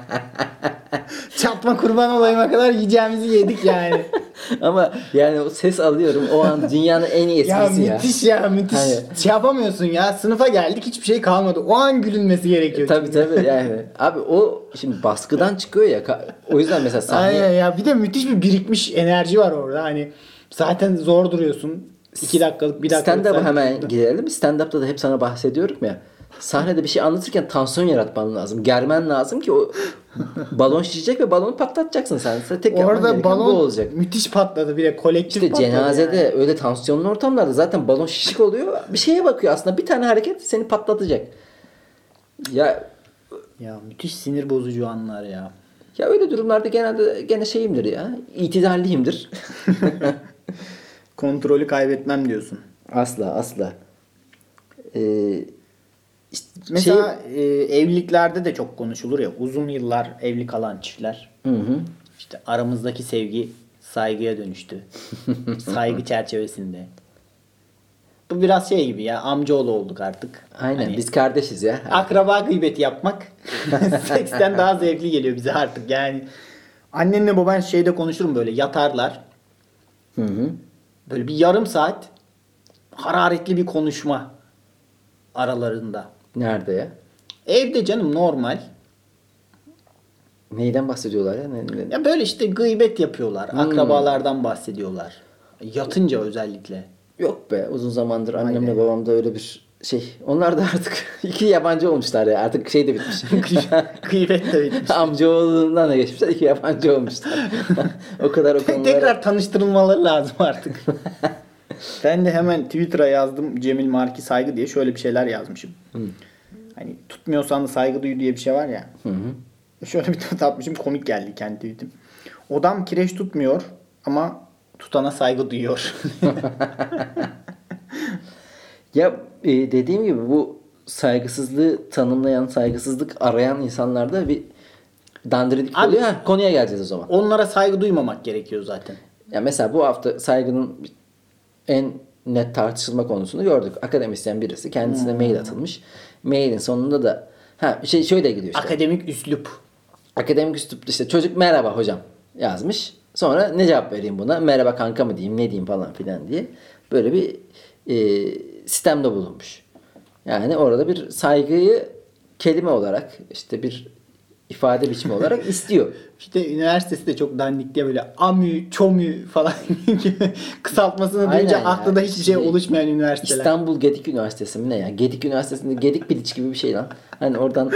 Çatma kurban olayıma kadar yiyeceğimizi yedik yani. Ama yani o ses alıyorum. O an dünyanın en iyi Ya esprisi ya. müthiş ya müthiş. Hani- Şey yapamıyorsun ya. Sınıfa geldik, hiçbir şey kalmadı. O an gülünmesi gerekiyor. Tabii tabii yani. Abi o şimdi baskıdan çıkıyor ya. O yüzden mesela Aynen sahne ya. Bir de müthiş bir birikmiş enerji var orada. Hani zaten zor duruyorsun. 2 dakikalık, 1 dakikalık. stand-up'a sen- hemen girelim. Stand-up'ta da hep sana bahsediyorum ya. Sahnede bir şey anlatırken tansiyon yaratman lazım. Germen lazım ki o balon şişecek ve balonu patlatacaksın sen. Tek yapman Orada gereken bu balon olacak. müthiş patladı. Bir de kolektif İşte patladı cenazede yani. öyle tansiyonlu ortamlarda zaten balon şişik oluyor. Bir şeye bakıyor aslında. Bir tane hareket seni patlatacak. Ya Ya müthiş sinir bozucu anlar ya. öyle durumlarda genelde gene şeyimdir ya. İtidalliyimdir. Kontrolü kaybetmem diyorsun. Asla. İşte Mesela evliliklerde de çok konuşulur ya. Uzun yıllar evli kalan çiftler. İşte aramızdaki sevgi saygıya dönüştü. Saygı çerçevesinde. Bu biraz şey gibi ya. Amcaoğlu olduk artık. aynen Hani biz kardeşiz ya. akraba gıybeti yapmak seksten daha zevkli geliyor bize artık. Yani annenle baban şeyde konuşurum, böyle yatarlar. Böyle bir yarım saat hararetli bir konuşma aralarında. Nerede ya? Evde canım, normal. Neyden bahsediyorlar ya? Ya böyle işte gıybet yapıyorlar. Akrabalardan bahsediyorlar. Yatınca özellikle. Yok be, uzun zamandır annemle be. babamda öyle bir şey. Onlar da artık iki yabancı olmuşlar ya. Artık şey de bitmiş. Gıybet de bitmiş. Amcaoğlundan da geçmişler. İki yabancı olmuşlar. O kadar o konulara. Tekrar tanıştırılmaları lazım artık. Ben de hemen Twitter'a yazdım, Cemil Marki saygı diye, şöyle bir şeyler yazmışım. Hani tutmuyorsan da saygı duy diye bir şey var ya. Şöyle bir tweet atmışım, komik geldi kendi tweetim. Odam kireç tutmuyor ama tutana saygı duyuyor. Ya dediğim gibi bu saygısızlığı tanımlayan, saygısızlık arayan insanlarda bir dandirilik Abi- oluyor. Ha, konuya geleceğiz o zaman. Onlara saygı duymamak gerekiyor zaten. Ya mesela bu hafta saygının en net tartışılma konusunu gördük. Akademisyen birisi kendisine mail atılmış. Mailin sonunda da şöyle gidiyor işte. Akademik üslup. Akademik üslupta işte çocuk merhaba hocam yazmış. Sonra ne cevap vereyim buna? Merhaba kanka mı diyeyim, ne diyeyim falan filan diye. Böyle bir sistemde bulunmuş. Yani orada bir saygıyı kelime olarak, işte bir ifade biçimi olarak istiyor. İşte üniversitesi de çok dandik diye böyle amü, çomü falan gibi kısaltmasını duyunca Aynen ya. aklında hiçbir şey Şimdi oluşmayan üniversiteler. İstanbul Gedik Üniversitesi mi ne ya? Gedik Üniversitesi'nde Gedik Piliç gibi bir şey lan. Hani oradan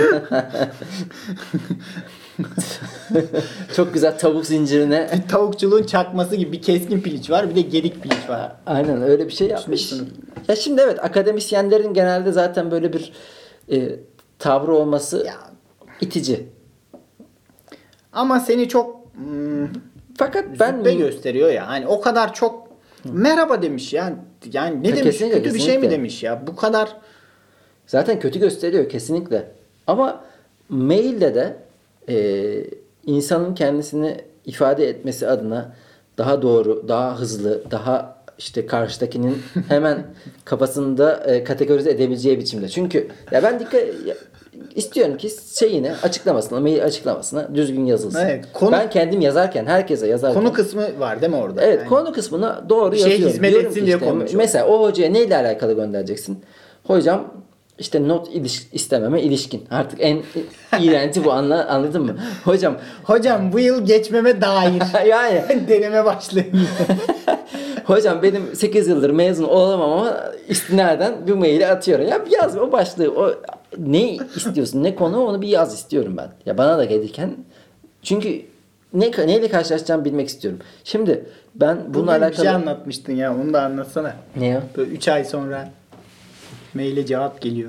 çok güzel tavuk zincirine Bir tavukçuluğun çakması gibi bir keskin piliç var, bir de gedik piliç var. aynen öyle bir şey yapmış. Düşünmüşsün. Ya şimdi evet, akademisyenlerin genelde zaten böyle bir tavrı olması Ya. itici. Ama seni çok Fakat ben züppe gösteriyor ya. Hani o kadar çok merhaba demiş ya. Yani ne Ya demiş? kesinlikle, Kötü bir şey mi kesinlikle. demiş ya? Bu kadar zaten kötü gösteriyor kesinlikle. Ama mailde de insanın kendisini ifade etmesi adına daha doğru, daha hızlı, daha işte karşıdakinin hemen kafasında kategorize edebileceği biçimde. Çünkü ya ben istiyorum ki şeyini açıklamasına, mail açıklamasına düzgün yazılsın. Evet, ben kendim yazarken, herkese yazarken. Konu kısmı var değil mi orada? Evet, yani. konu kısmına doğru Bir şey yazıyorum. hizmet Diyorum etsin ki diye işte, konuşuyor. mesela o hocaya neyle alakalı göndereceksin? Hocam işte istememe ilişkin. Artık en iğrenci bu, anladın mı? Hocam bu yıl geçmeme dair. Yani Deneme başlayın. hocam benim 8 yıldır mezun olamam ama istinaden bir maili atıyorum. Ya yaz o başlığı, o ne istiyorsun, ne konu, onu bir yaz istiyorum ben. Ya bana da gelirken, çünkü neyle karşılaşacağımı bilmek istiyorum. Şimdi ben bununla Bugün alakalı bir şey anlatmıştın ya, onu da anlatsana. Ne o? Böyle 3 ay sonra maile cevap geliyor.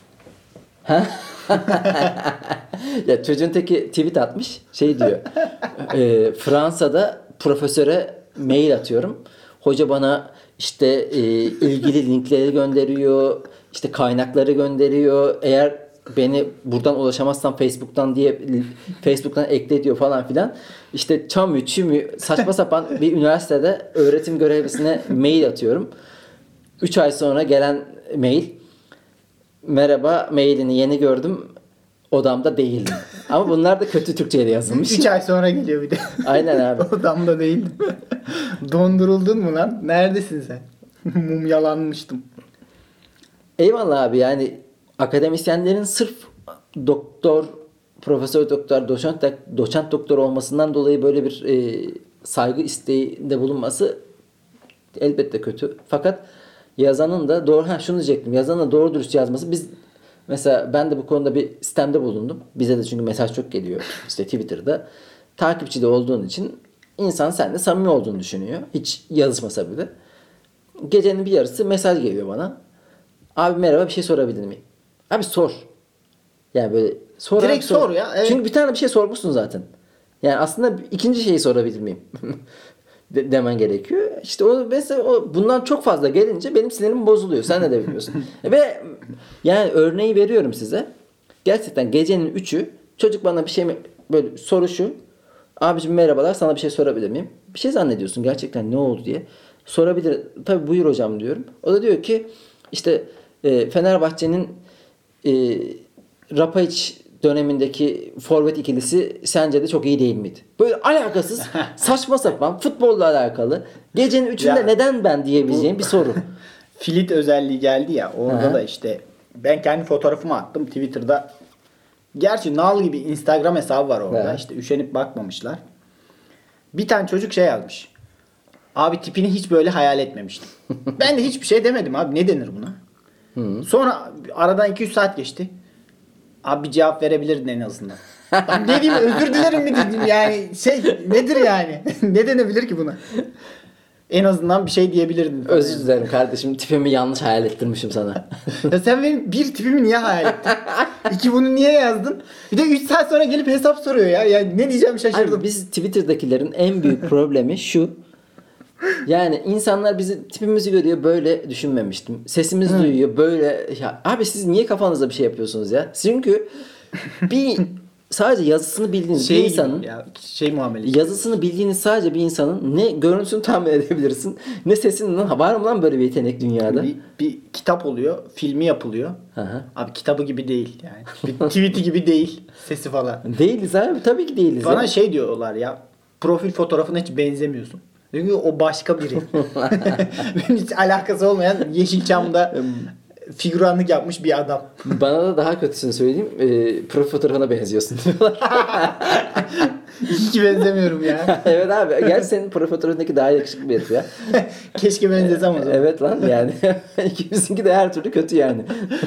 Ya çocuğun teki tweet atmış, şey diyor. Fransa'da profesöre mail atıyorum. Hoca bana işte ilgili linkleri gönderiyor, işte kaynakları gönderiyor. Eğer beni buradan ulaşamazsam Facebook'tan ekle diyor falan filan. İşte çamü çümü saçma sapan bir üniversitede öğretim görevlisine mail atıyorum. 3 ay sonra gelen mail: merhaba, mailini yeni gördüm, odamda değildim. Ama bunlar da kötü Türkçe'yle yazılmış. 3 ay sonra geliyor bir de. Aynen abi. Odamda değildim. Donduruldun mu lan? Neredesin sen? Mumyalanmıştım. Eyvallah abi, yani akademisyenlerin sırf doktor, profesör doktor, doçent doktor olmasından dolayı böyle bir saygı isteğinde bulunması elbette kötü. Fakat yazanın da doğru, şunu diyecektim. Yazanın da doğru dürüst yazması. Mesela ben de bu konuda bir sistemde bulundum. Bize de çünkü mesaj çok geliyor. İşte Twitter'da takipçi de olduğun için insan seninle samimi olduğunu düşünüyor. Hiç yazışmasa bile. Gecenin bir yarısı mesaj geliyor bana. Abi merhaba, bir şey sorabilir miyim? Abi sor. Yani böyle sor. Direkt abi, sor ya. Evet. Çünkü bir tane bir şey sormuşsun zaten. Yani aslında ikinci şeyi sorabilir miyim? Demen gerekiyor. İşte o mesela bundan çok fazla gelince benim sinirim bozuluyor. Sen de biliyorsun. Ve yani örneği veriyorum size. Gerçekten gecenin 3'ü çocuk bana bir şey böyle soru şu: abicim merhabalar, sana bir şey sorabilir miyim? Bir şey zannediyorsun gerçekten, ne oldu diye. Sorabilir. Tabii buyur hocam diyorum. O da diyor ki işte Fenerbahçe'nin Rapayiç dönemindeki forvet ikilisi sence de çok iyi değil miydi? Böyle alakasız saçma sapan futbolla alakalı gecenin 3'ünde Ya, neden ben diyebileceğim bir soru. Filit özelliği geldi ya. Orada Aha. da işte ben kendi fotoğrafımı attım Twitter'da. Gerçi nal gibi Instagram hesabı var orada. Evet. İşte üşenip bakmamışlar. Bir tane çocuk şey yazmış. Abi tipini hiç böyle hayal etmemiştim. Ben de hiçbir şey demedim abi. Ne denir buna? Sonra aradan 2-3 saat geçti. Abi bir cevap verebilirdin en azından. Lan ne diyeyim, özür dilerim mi dedim yani, nedir yani? Ne denebilir ki buna? En azından bir şey diyebilirdin. Özür dilerim kardeşim, tipimi yanlış hayal ettirmişim sana. Ya sen benim bir tipimi niye hayal ettin? İki, bunu niye yazdın? Bir de 3 saat sonra gelip hesap soruyor ya. Ya ne diyeceğim şaşırdım. Abi biz Twitter'dakilerin en büyük problemi şu: yani insanlar tipimizi görüyor, böyle düşünmemiştim. Sesimizi duyuyor, böyle. Ya abi siz niye kafanızda bir şey yapıyorsunuz ya? Çünkü sadece yazısını bildiğiniz bir insanın Muamelesi. yazısını bildiğiniz sadece bir insanın ne görüntüsünü tahmin edebilirsin, ne sesini. Var mı lan böyle bir yetenek dünyada? Bir kitap oluyor, filmi yapılıyor. Hı. Abi kitabı gibi değil yani. Bir tweet'i gibi değil, sesi falan. Değiliz abi, tabii ki değiliz. Bana ya. şey diyorlar ya, profil fotoğrafına hiç benzemiyorsun. Çünkü o başka biri. Benim hiç alakası olmayan Yeşilçam'da figüranlık yapmış bir adam. Bana da daha kötüsünü söyleyeyim. Profil fotoğrafına benziyorsun diyorlar. Hiç benzemiyorum ya. Evet abi. Gerçi senin profil fotoğrafındaki daha yakışıklı bir herif ya. Keşke benzesem o zaman. Evet lan yani. İkimizinki de her türlü kötü yani.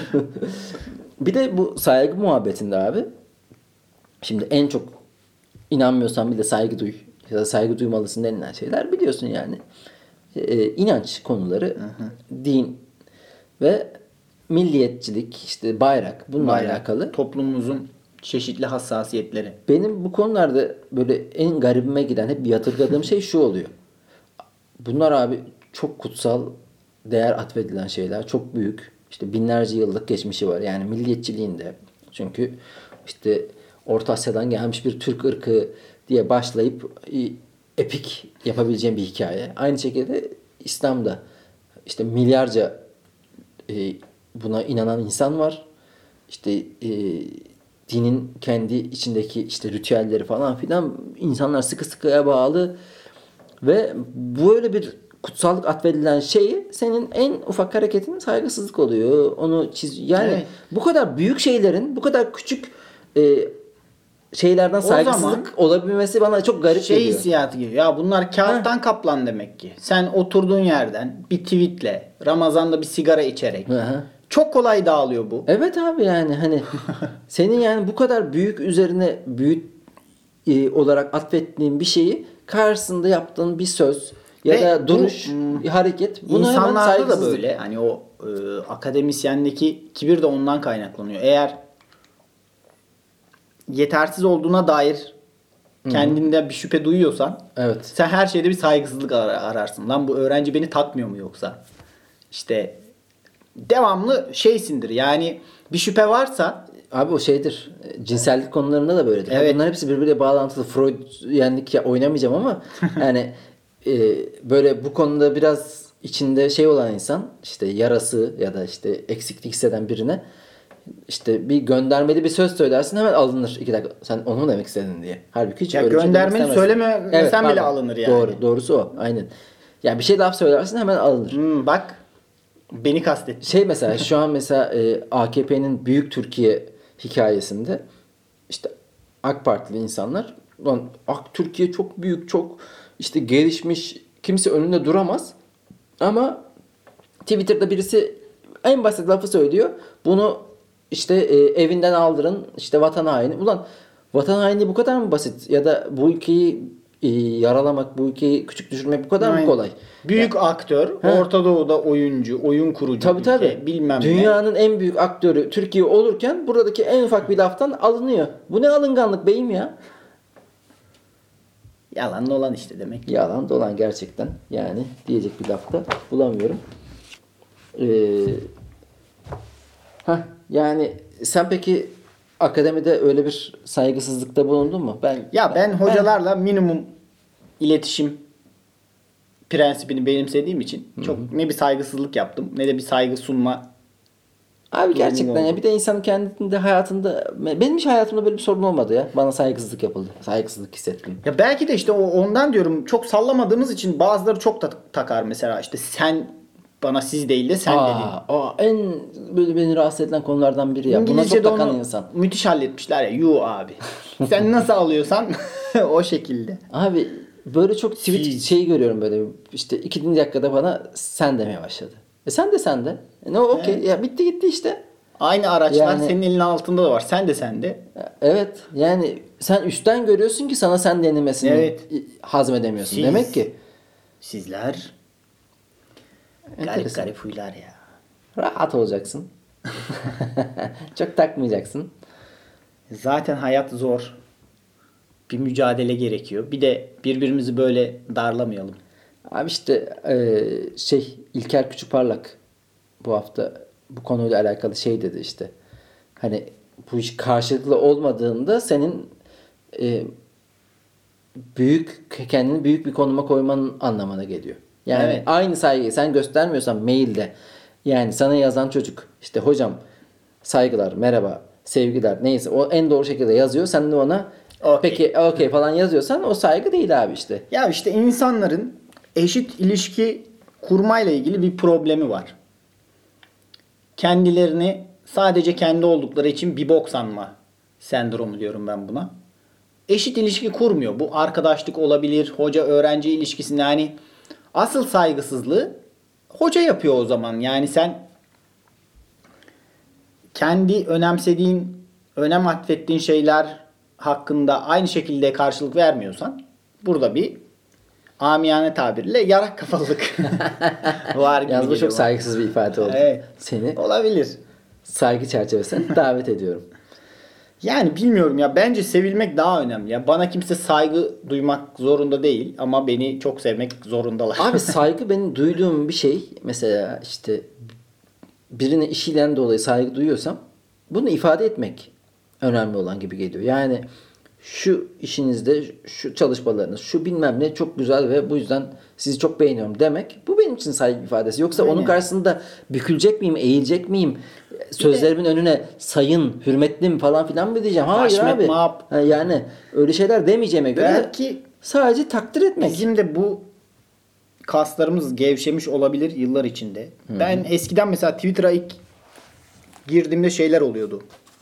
Bir de bu saygı muhabbetinde abi. Şimdi en çok inanmıyorsan bile saygı duy. Ya da saygı duymalısın denilen şeyler, biliyorsun yani. İnanç konuları, din ve milliyetçilik, işte bayrak, bununla alakalı. Toplumumuzun çeşitli hassasiyetleri. Benim bu konularda böyle en garibime giden, hep yadırgadığım şey şu oluyor: bunlar abi çok kutsal değer atfedilen şeyler. Çok büyük. İşte binlerce yıllık geçmişi var. Yani milliyetçiliğin de. Çünkü işte Orta Asya'dan gelmiş bir Türk ırkı diye başlayıp epik yapabileceğim bir hikaye. Aynı şekilde İslam'da işte milyarca buna inanan insan var. İşte dinin kendi içindeki işte ritüelleri falan filan, insanlar sıkı sıkıya bağlı ve böyle bir kutsallık atfedilen şeyi senin en ufak hareketin saygısızlık oluyor. Onu yani Evet. bu kadar büyük şeylerin bu kadar küçük şeylerden O saygısızlık zaman olabilmesi bana çok garip şey geliyor. hissiyatı geliyor. Ya bunlar kağıttan kaplan demek ki. Sen oturduğun yerden bir tweetle, Ramazan'da bir sigara içerek. Hı hı. Çok kolay dağılıyor bu. Evet abi, yani hani senin yani bu kadar büyük üzerine büyük olarak atfettiğin bir şeyi karşısında yaptığın bir söz ya Ve da bu, duruş, bir hareket, bunu hemen İnsanlarda da saygısızlık. böyle. Hani o akademisyendeki kibir de ondan kaynaklanıyor. Eğer yetersiz olduğuna dair kendinde bir şüphe duyuyorsan, Evet. sen her şeyde bir saygısızlık ararsın. Lan bu öğrenci beni takmıyor mu yoksa? İşte devamlı şeysindir. Yani bir şüphe varsa Abi o şeydir. Cinsellik konularında da böyledir. Evet. Bunlar hepsi birbiriyle bağlantılı. Freudyenlik ya, oynamayacağım ama yani böyle bu konuda biraz içinde şey olan insan, işte yarası ya da işte eksiklik hisseden birine işte bir göndermeli bir söz söylersin, hemen alınır. 2 dakika. Sen onu mu demek istedin diye. Halbuki hiç ya öyle bir şey demek göndermeni istemezsin. söylemesen bile pardon. alınır yani. Doğrusu o. Aynen. Yani bir şey laf söylersin, hemen alınır. Bak beni kastetti. Şey mesela şu an mesela AKP'nin Büyük Türkiye hikayesinde işte AK Partili insanlar, lan Türkiye çok büyük, çok işte gelişmiş, kimse önünde duramaz. Ama Twitter'da birisi en basit lafı söylüyor. Bunu işte evinden aldırın, işte vatan haini. Ulan vatan haini bu kadar mı basit? Ya da bu ülkeyi yaralamak, bu ülkeyi küçük düşürmek bu kadar mı Aynen. kolay? Büyük aktör, Orta Doğu'da oyuncu, oyun kurucu Tabii ülke, tabii. bilmem ne. Dünyanın en büyük aktörü Türkiye olurken buradaki en ufak bir laftan alınıyor. Bu ne alınganlık beyim ya? Yalan dolan işte demek ki. Yalan dolan gerçekten. Yani diyecek bir laf da bulamıyorum. Yani sen peki akademide öyle bir saygısızlıkta bulundun mu? Ben hocalarla minimum iletişim prensibini benimsediğim için çok ne bir saygısızlık yaptım ne de bir saygı sunma. Abi gerçekten oldu. ya, bir de insanın kendinde hayatında, benim hiç hayatımda böyle bir sorun olmadı ya. Bana saygısızlık yapıldı. Saygısızlık hissettim. Ya belki de işte ondan diyorum, çok sallamadığımız için bazıları çok takar mesela, işte sen bana siz değil de sen dedin. En böyle beni rahatsız edilen konulardan biri ya. Buna çok İngilizce'de takan onu insan. müthiş halletmişler ya. You abi. Sen nasıl alıyorsan o şekilde. Abi böyle çok tweet Siz. şey görüyorum böyle. İşte 2. dakikada bana sen demeye başladı. Sen de. Ne okey. Evet. Ya bitti gitti işte. Aynı araçlar Yani- senin elinin altında da var. Sen de. Evet. Yani sen üstten görüyorsun ki sana sen denilmesini Evet. hazmedemiyorsun. Siz. Demek ki Sizler garip enteresan. garip huylar ya. Rahat olacaksın. Çok takmayacaksın. Zaten hayat zor. Bir mücadele gerekiyor. Bir de birbirimizi böyle darlamayalım. Abi işte İlker Küçükparlak bu hafta bu konuyla alakalı şey dedi işte. Hani bu iş karşılıklı olmadığında senin kendini büyük bir konuma koymanın anlamına geliyor. Yani Evet. aynı saygıyı sen göstermiyorsan mailde, yani sana yazan çocuk işte hocam saygılar, merhaba, sevgiler, neyse o en doğru şekilde yazıyor. Sen de ona Okey. peki okey falan yazıyorsan o saygı değil abi işte. Ya işte insanların eşit ilişki kurmayla ilgili bir problemi var. Kendilerini sadece kendi oldukları için bir bok sanma sendromu diyorum ben buna. Eşit ilişki kurmuyor. Bu arkadaşlık olabilir, hoca öğrenci ilişkisinde, yani asıl saygısızlığı hoca yapıyor o zaman. Yani sen kendi önemsediğin, önem atfettiğin şeyler hakkında aynı şekilde karşılık vermiyorsan, burada bir amiyane tabirle yarak kafalılık var gibi Yalnız bu geliyor çok bana. saygısız bir ifade oldu. Evet. Seni Olabilir. saygı çerçevesine davet ediyorum. Yani bilmiyorum ya, bence sevilmek daha önemli. Ya bana kimse saygı duymak zorunda değil ama beni çok sevmek zorundalar. Abi saygı benim duyduğum bir şey. Mesela işte birine işiyle dolayı saygı duyuyorsam bunu ifade etmek. önemli olan gibi geliyor. Yani şu işinizde, şu çalışmalarınız, şu bilmem ne çok güzel ve bu yüzden sizi çok beğeniyorum demek. Bu benim için saygı ifadesi. Yoksa onun karşısında bükülecek miyim, eğilecek miyim? Sözlerimin önüne sayın, hürmetlim falan filan mı diyeceğim? Hayır Haşmet, abi. map. Yani öyle şeyler demeyeceğime göre Belki sadece takdir etmek. bizim de bu kaslarımız gevşemiş olabilir yıllar içinde. Ben eskiden mesela Twitter'a ilk girdiğimde şeyler oluyordu.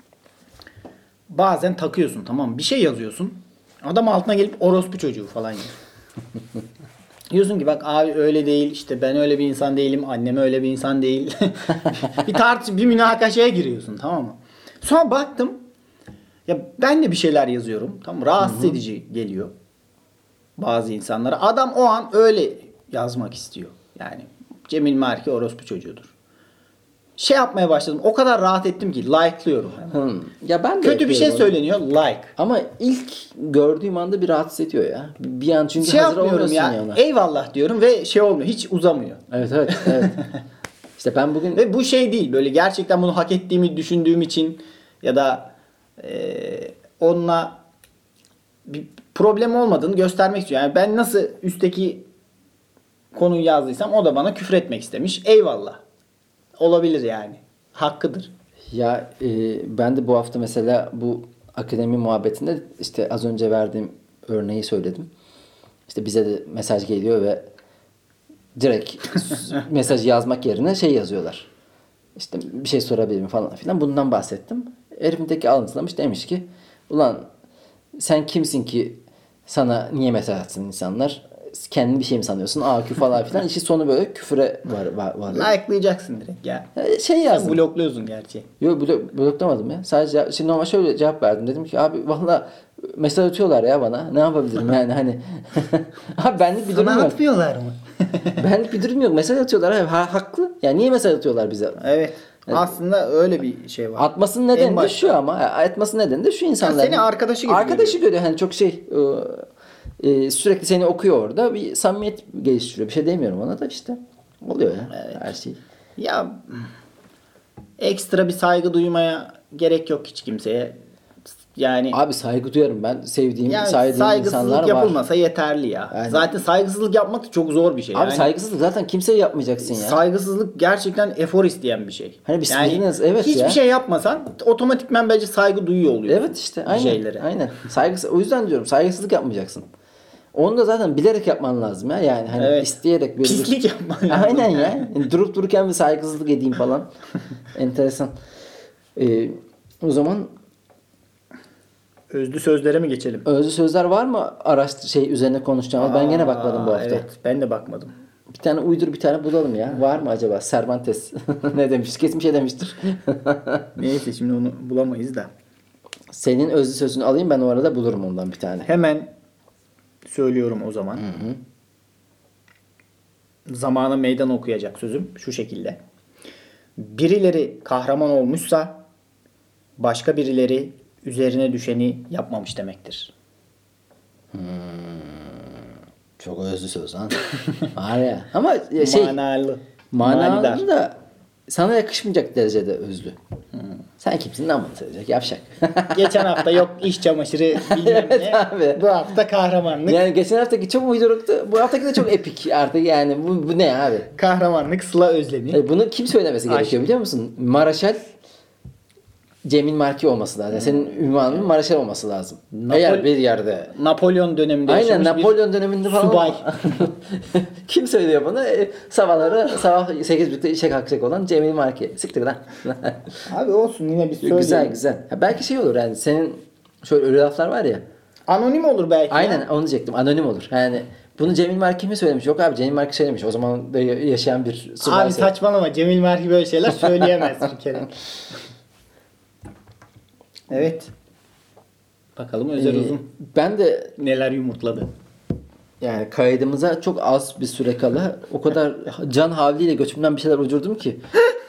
Bazen takıyorsun, tamam mı? Bir şey yazıyorsun. Adam altına gelip orospu çocuğu falan yazıyor. Diyorsun ki bak abi öyle değil, işte ben öyle bir insan değilim, annem öyle bir insan değil. bir münakaşaya giriyorsun, tamam mı? Sonra baktım ya ben de bir şeyler yazıyorum. Tamam, rahatsız edici geliyor bazı insanlara. Adam o an öyle yazmak istiyor. Yani Cemil Marki orospu çocuğudur. Şey yapmaya başladım. O kadar rahat ettim ki like'lıyorum. Ya ben de Kötü bir şey yapıyorum onu. söyleniyor, like. Ama ilk gördüğüm anda bir rahatsız ediyor ya. Bir an çünkü Şey hazır yapmıyorum olmuyorsun ya. ya ona. Eyvallah diyorum ve şey olmuyor. Hiç uzamıyor. Evet. İşte ben bugün Ve bu şey değil. Böyle gerçekten bunu hak ettiğimi düşündüğüm için ya da onunla bir problem olmadığını göstermek istiyorum. Yani ben nasıl üstteki konuyu yazdıysam o da bana küfür etmek istemiş. Eyvallah. Olabilir yani. Hakkıdır. ya ben de bu hafta mesela bu akademi muhabbetinde işte az önce verdiğim örneği söyledim. İşte bize de mesaj geliyor ve direkt mesaj yazmak yerine şey yazıyorlar. İşte bir şey sorabilir mi falan filan. Bundan bahsettim. Herifin teki alıntılamış, demiş ki ulan sen kimsin ki sana niye mesaj atsın insanlar? Kendini bir şey mi sanıyorsun? AQ falan filan. İşin sonu böyle küfüre var. Like'layacaksın direkt ya. Şey Sen yazdım. blokluyorsun gerçi. Yok bloklamadım ya. Sadece şimdi normal şöyle cevap verdim. Dedim ki abi valla mesaj atıyorlar ya bana. Ne yapabilirim yani hani. Abi benlik bir durum Sana yok. atmıyorlar mı? Benlik bir durum yok. Mesaj atıyorlar abi. Haklı. Yani niye mesaj atıyorlar bize? Evet. Aslında öyle bir şey var. Atmasının En nedeni de başta. şu ama. Atmasının nedeni de şu insanlar. seni arkadaşı gibi Arkadaşı görüyor. Hani çok şey sürekli seni okuyor orada. Bir samimiyet geliştiriyor. Bir şey demiyorum ona da işte. Oluyor ya. Evet. Her şey. Ya ekstra bir saygı duymaya gerek yok hiç kimseye. Yani Abi saygı duyarım ben. Sevdiğim, yani saydığım insanlar saygısızlık var. yapılmasa yeterli ya. Yani- Zaten saygısızlık yapmak da çok zor bir şey. Abi Yani saygısızlık zaten kimseye yapmayacaksın ya. saygısızlık gerçekten efor isteyen bir şey. Hani biz biriniz- evet hiçbir ya. şey yapmasan otomatikman bence saygı duyuyor oluyorsun. Evet işte bir aynen. şeylere. Aynen. O yüzden diyorum saygısızlık yapmayacaksın. Onu da zaten bilerek yapman lazım ya. Yani hani Evet. isteyerek böyle Pislik yapman lazım. Aynen ya. Yani durup dururken bir saygısızlık edeyim falan. Enteresan. O zaman Özlü sözlere mi geçelim? özlü sözler var mı üzerine konuşacağımız? Ben gene bakmadım bu hafta. Evet, ben de bakmadım. Bir tane uydur bir tane bulalım ya. Var mı acaba? Cervantes ne demiş? Kesin bir şey demiştir. Neyse şimdi onu bulamayız da. Senin özlü sözünü alayım, ben o arada bulurum ondan bir tane. Hemen söylüyorum o zaman. Zamana meydan okuyacak sözüm şu şekilde. Birileri kahraman olmuşsa başka birileri üzerine düşeni yapmamış demektir. Çok özlü söz lan. Var ya. Ama Manalı. manalı da sana yakışmayacak derecede özlü. Sen kimsin lan bunu söyleyecek? Yavşak. Geçen hafta yok iş çamaşırı bilmem Evet ne. abi. Bu hafta kahramanlık. Yani geçen haftaki çok uyduruktu. Bu haftaki de çok epik artık yani. Bu ne abi? Kahramanlık Sıla Özlem'i. Bunu kim söylemesi gerekiyor biliyor musun? Maraşal Cemil Marki olması lazım. Senin ünvanının Maraşal olması lazım. Eğer bir yerde. Napolyon döneminde Aynen yaşamış Napolyon döneminde falan. subay. Kim söylüyor bunu? Sabah 8.30'da işe kalkacak olan Cemil Marki. Siktir lan. Abi olsun yine bir söyleyeyim. Güzel. Ya belki şey olur yani senin şöyle öyle laflar var ya. Anonim olur belki. Aynen ya. onu diyecektim. Anonim olur. Yani bunu Cemil Marki mi söylemiş? Yok abi Cemil Marki söylemiş. O zaman da yaşayan bir subay. Abi söylüyor. saçmalama. Cemil Marki böyle şeyler söyleyemez bir kere. Evet. Bakalım Özer Uzun Ben de neler yumurtladı. yani kaydımıza çok az bir süre kala o kadar can havliyle götümden bir şeyler uydurdum ki.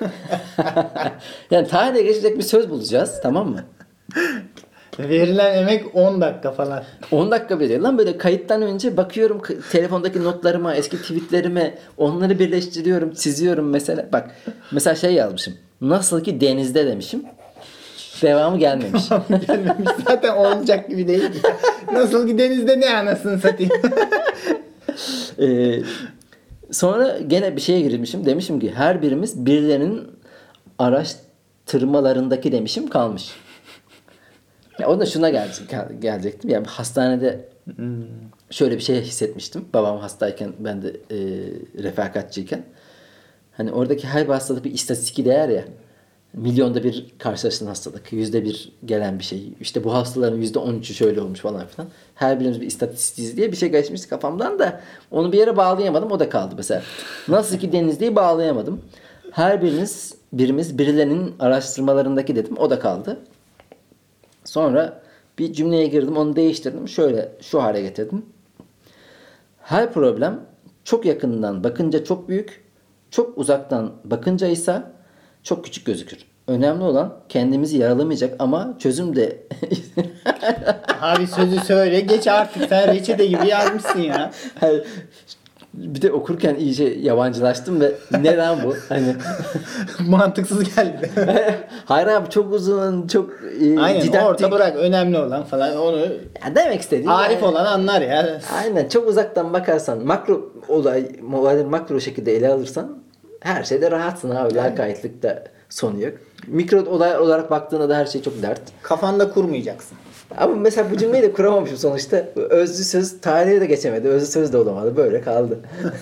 Yani tarihe geçecek bir söz bulacağız, tamam mı? Verilen emek 10 dakika falan. 10 dakika bile lan, böyle kayıttan önce bakıyorum telefondaki notlarıma, eski tweetlerime, onları birleştiriyorum, çiziyorum mesela. Bak mesela şey yazmışım. Nasıl ki denizde demişim. Devamı gelmemiş. Gelmemiş zaten, olacak gibi değil. Nasıl gideniz de ne anasını satayım. Sonra gene bir şeye girmişim. Demişim ki her birimiz birilerinin araştırmalarındaki demişim kalmış. Ya o da şuna gelecektim. Yani hastanede şöyle bir şey hissetmiştim. Babam hastayken, ben de refakatçiyken. Hani oradaki her bir hastalık bir istatistiki değer ya. Milyonda bir karşılaşılan hastalık. %1 gelen bir şey. İşte bu hastaların %13'ü şöyle olmuş falan filan. Her birimiz bir istatistiğiz diye bir şey geçmişti kafamdan da onu bir yere bağlayamadım. O da kaldı mesela. Nasıl ki Denizli'yi bağlayamadım. Her birimiz birilerinin araştırmalarındaki dedim. O da kaldı. Sonra bir cümleye girdim. Onu değiştirdim. Şöyle şu hale getirdim. Her problem çok yakından bakınca çok büyük, çok uzaktan bakınca ise çok küçük gözükür. Önemli olan kendimizi yaralamayacak ama çözüm de... Abi sözü söyle geç artık, sen reçete gibi yazmışsın ya. Bir de okurken iyice yabancılaştım ve neden bu? Hani mantıksız geldi. hayır abi, çok uzun, çok Aynen, didaktik. orta bırak, önemli olan falan, onu Ya demek istediğim arif olan anlar ya. Aynen, çok uzaktan bakarsan, makro olayları makro şekilde ele alırsan her şeyde rahatsın abi. Lakaytlıkta sonu yok. Mikro olay olarak baktığında da her şey çok dert. Kafanda kurmayacaksın. Ama mesela bu cümleyi de kuramamışım sonuçta. Özlü söz tarihe de geçemedi. Özlü söz de olamadı. Böyle kaldı.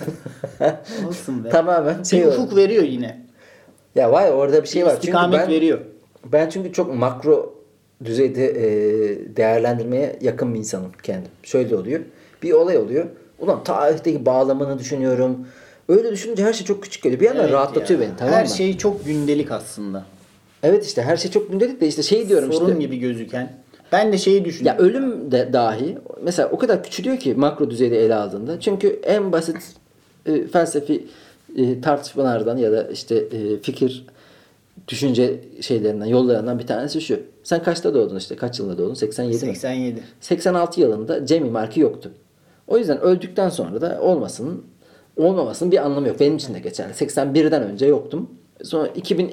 Olsun be. Tamamen Bir ufuk veriyor yine. Ya var, orada bir şey var. İstikamet veriyor. Ben çünkü çok makro düzeyde değerlendirmeye yakın bir insanım kendim. Şöyle oluyor. Bir olay oluyor. Ulan tarihteki bağlamını düşünüyorum. Öyle düşününce her şey çok küçük geliyor. Bir yandan Evet rahatlatıyor ya. beni, tamam mı? Her şey çok gündelik aslında. Evet, işte her şey çok gündelik de işte şey diyorum, sorun işte. gibi gözüken. Ben de şeyi düşünüyorum. Ya ölüm de dahi mesela o kadar küçülüyor ki makro düzeyde ele aldığında. Çünkü en basit felsefi tartışmalardan ya da işte fikir, düşünce şeylerinden, yollarından bir tanesi şu. Sen kaçta doğdun işte? Kaç yılında doğdun? 87 mi? 87. 86 yılında Cemil marki yoktu. O yüzden öldükten sonra da olmamasının bir anlamı yok. Benim için de geçerli. 81'den önce yoktum. Sonra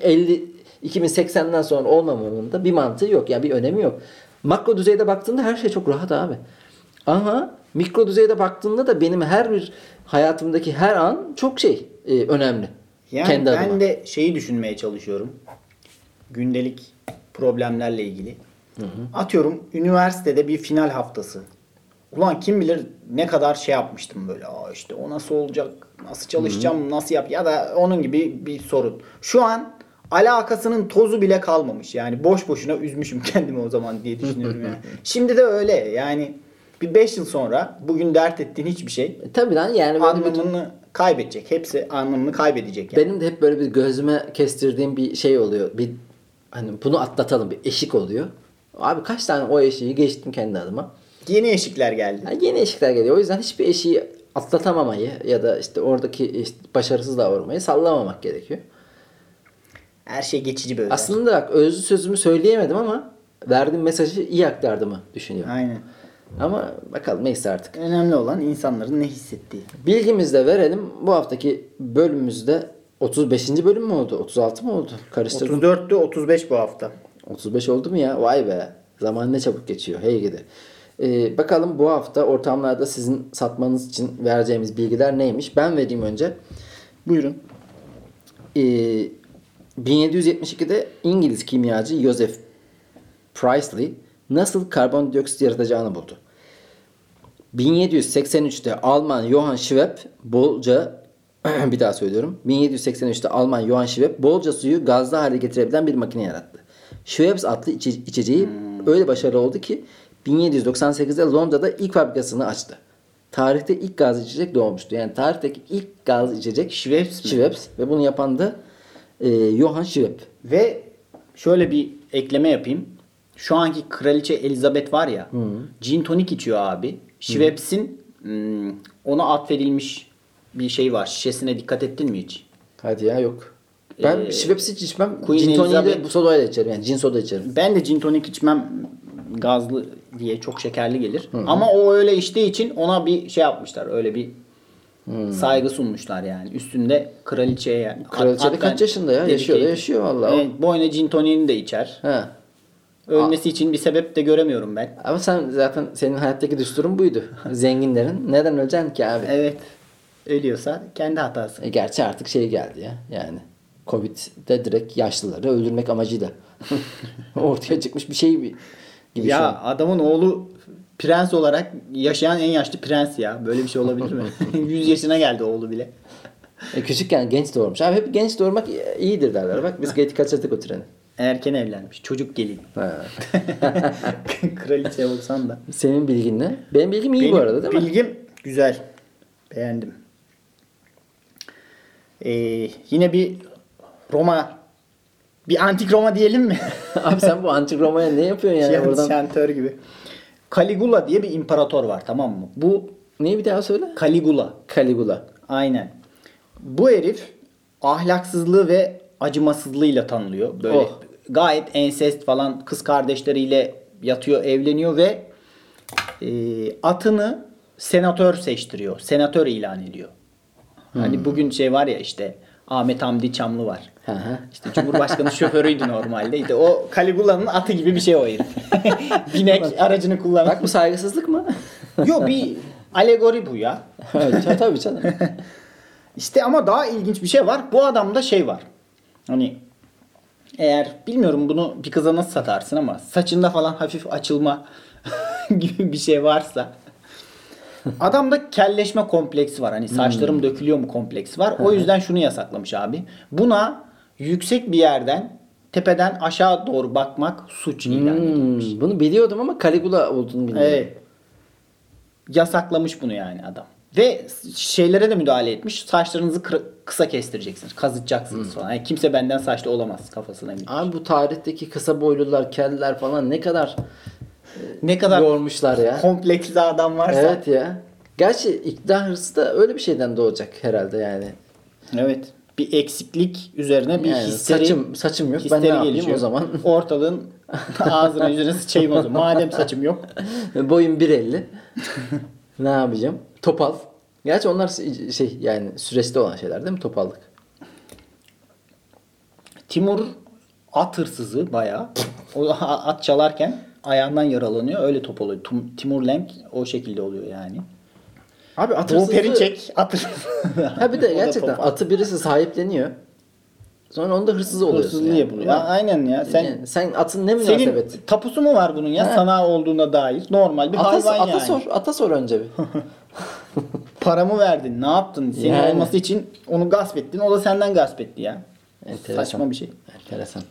2080'den sonra olmamamın da bir mantığı yok. Yani bir önemi yok. Makro düzeyde baktığında her şey çok rahat abi. Ama mikro düzeyde baktığında da benim her bir hayatımdaki her an çok önemli. Yani kendi ben adıma. de şeyi düşünmeye çalışıyorum. Gündelik problemlerle ilgili. Atıyorum üniversitede bir final haftası. Ulan kim bilir ne kadar şey yapmıştım böyle. İşte o nasıl olacak? Nasıl çalışacağım? Nasıl yap? Ya da onun gibi bir sorun. Şu an alakasının tozu bile kalmamış. Yani boş boşuna üzmüşüm kendimi o zaman diye düşünüyorum yani. Şimdi de öyle. Yani bir 5 yıl sonra bugün dert ettiğin hiçbir şey Tabii lan, yani böyle anlamını kaybedecek. Hepsi anlamını kaybedecek yani. benim de hep böyle bir gözüme kestirdiğim bir şey oluyor. Bir hani bunu atlatalım, bir eşik oluyor. Abi kaç tane o eşiği geçtim kendi adıma. Yeni eşikler geldi. Yani yeni eşikler geliyor. O yüzden hiçbir eşiği atlatamamayı ya da işte oradaki işte başarısız davranmayı sallamamak gerekiyor. Her şey geçici böyle. Aslında bak, özlü sözümü söyleyemedim ama verdiğim mesajı iyi aktardığımı düşünüyorum. Aynen. Ama bakalım, neyse artık. Önemli olan insanların ne hissettiği. Bilgimizi de verelim. Bu haftaki bölümümüzde 35. bölüm mü oldu? 36 mı oldu? Karıştırdım. 34'tü 35 bu hafta. 35 oldu mu ya? Vay be. Zaman ne çabuk geçiyor. Hey gidi. Bakalım bu hafta ortamlarda sizin satmanız için vereceğimiz bilgiler neymiş? Ben vereyim önce. Buyurun. 1772'de İngiliz kimyacı Joseph Priestley nasıl karbondioksit yaratacağını buldu. 1783'te Alman Johann Schwepp bolca bir daha söylüyorum. 1783'te Alman Johann Schwepp bolca suyu gazlı hale getirebilen bir makine yarattı. Schweppes adlı içeceği öyle başarılı oldu ki 1798'de Londra'da ilk fabrikasını açtı. Tarihte ilk gazlı içecek doğmuştu. Yani tarihteki ilk gazlı içecek Schweppes mi? Schweppes ve bunu yapan da Johann Schwepp. Ve şöyle bir ekleme yapayım. Şu anki Kraliçe Elizabeth var ya. Gin tonik içiyor abi. Schweppes'in ona atfedilmiş bir şey var. Şişesine dikkat ettin mi hiç? Hadi ya, yok. Ben Schweppes'i hiç içmem. Queen Gin toniği de Elizabeth- bu sodayla içerim. Yani gin soda içerim. Ben de gin tonik içmem, gazlı diye çok şekerli gelir. Ama o öyle içtiği için ona bir şey yapmışlar. Öyle bir saygı sunmuşlar yani. Üstünde kraliçeye yani. Kraliçe de kaç yaşında ya? Yaşıyor da yaşıyor vallahi. Evet, boyuna gin toniğini de içer. He. Ölmesi için bir sebep de göremiyorum ben. Ama sen zaten senin hayattaki düsturun buydu. Zenginlerin neden öleceksin ki abi? Evet. Ölüyorsa kendi hatası. Gerçi artık şey geldi ya. Yani Covid'de direkt yaşlıları öldürmek amacıyla ortaya çıkmış bir şey gibi şu an. Ya adamın oğlu prens olarak yaşayan en yaşlı prens ya. Böyle bir şey olabilir mi? 100 yaşına geldi oğlu bile. Küçükken genç doğurmuş. Abi hep genç doğurmak iyidir derler. Bak biz kaçırdık o treni. Erken evlenmiş. Çocuk gelin. Ha. Kraliçe olsan da. Senin bilgin ne? Benim bilgim iyi bu arada değil mi? Bilgim güzel. Beğendim. Yine bir Roma, bir antik Roma diyelim mi? Abi sen bu antik Roma'ya ne yapıyorsun yani oradan? Şantör gibi. Caligula diye bir imparator var, tamam mı? Bu Neyi bir daha söyle? Caligula. Caligula. Aynen. Bu herif ahlaksızlığı ve acımasızlığıyla tanınıyor. Böyle Oh. gayet ensest falan, kız kardeşleriyle yatıyor, evleniyor ve atını senatör seçtiriyor. Senatör ilan ediyor. Hani bugün şey var ya, işte Ahmet Hamdi Çamlı var. Hı hı. İşte Cumhurbaşkanı şoförüydü normalde. İşte o Caligula'nın atı gibi bir şey o herif. Binek aracını kullanıyor. Bak bu saygısızlık mı? Yok, bir alegori bu ya. Evet, tabii canım. İşte ama daha ilginç bir şey var. Bu adamda şey var. Hani eğer bilmiyorum bunu bir kıza nasıl satarsın ama saçında falan hafif açılma gibi bir şey varsa, adamda kelleşme kompleksi var. Hani saçlarım dökülüyor mu kompleksi var. O yüzden şunu yasaklamış abi. Buna yüksek bir yerden, tepeden aşağı doğru bakmak suç ilan edilmiş. Bunu biliyordum ama Caligula olduğunu bilmiyordum. Evet. Yasaklamış bunu yani adam. Ve şeylere de müdahale etmiş. Saçlarınızı kısa kestireceksiniz. Kazıtacaksınız falan. Yani kimse benden saçlı olamaz kafasına girmiş. Abi bu tarihteki kısa boylular, kelliler falan ne kadar Ne kadar yormuşlar ya. kompleksli adam varsa. Evet ya. Gerçi iktidar hırsı da öyle bir şeyden doğacak herhalde yani. Evet. Bir eksiklik üzerine bir Yani histeri. saçım yok. Ben histeri ne yapayım gelişiyor. o zaman? Ortalığın ağzına yüzüne sıçayım o zaman. Madem saçım yok. Boyum 1.50. Ne yapacağım? Topal. Gerçi onlar şey yani süreçte olan şeyler değil mi? Topallık. Timur at hırsızı bayağı. O at çalarken ayağından yaralanıyor. Öyle top oluyor. Timur Lenk o şekilde oluyor yani. Abi at Doğu hırsızlığı... Perinçek at hırsızı. Ha bir de O da gerçekten topal. atı birisi sahipleniyor. Sonra onun da hırsızı oluyorsun. Hırsızlığı yani. yapılıyor. Ya, aynen ya. Sen atın ne münasebet? Senin tapusu mu var bunun ya? He. Sana olduğuna dair. Normal bir hayvan yani. Ata sor önce bir. Paramı verdin. Ne yaptın? Senin Yani. olması için onu gasp ettin. O da senden gasp etti ya. Enteresan. Saçma bir şey. Enteresan.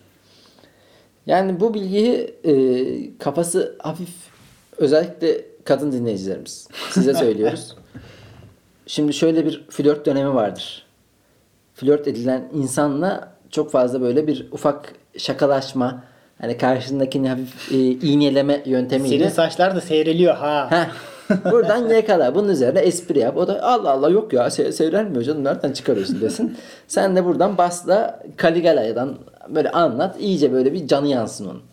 Yani bu bilgiyi kafası hafif, özellikle kadın dinleyicilerimiz size söylüyoruz. Şimdi şöyle bir flört dönemi vardır. Flört edilen insanla çok fazla böyle bir ufak şakalaşma, hani karşındakini hafif iğneleme yöntemiyle. Senin saçlar da seyreliyor ha. Heh, buradan yakala. Bunun üzerine espri yap. O da Allah Allah yok ya seyrelmiyor canım, nereden çıkarıyorsun desin. Sen de buradan basla Caligula'dan böyle anlat. İyice böyle bir canı yansın onun.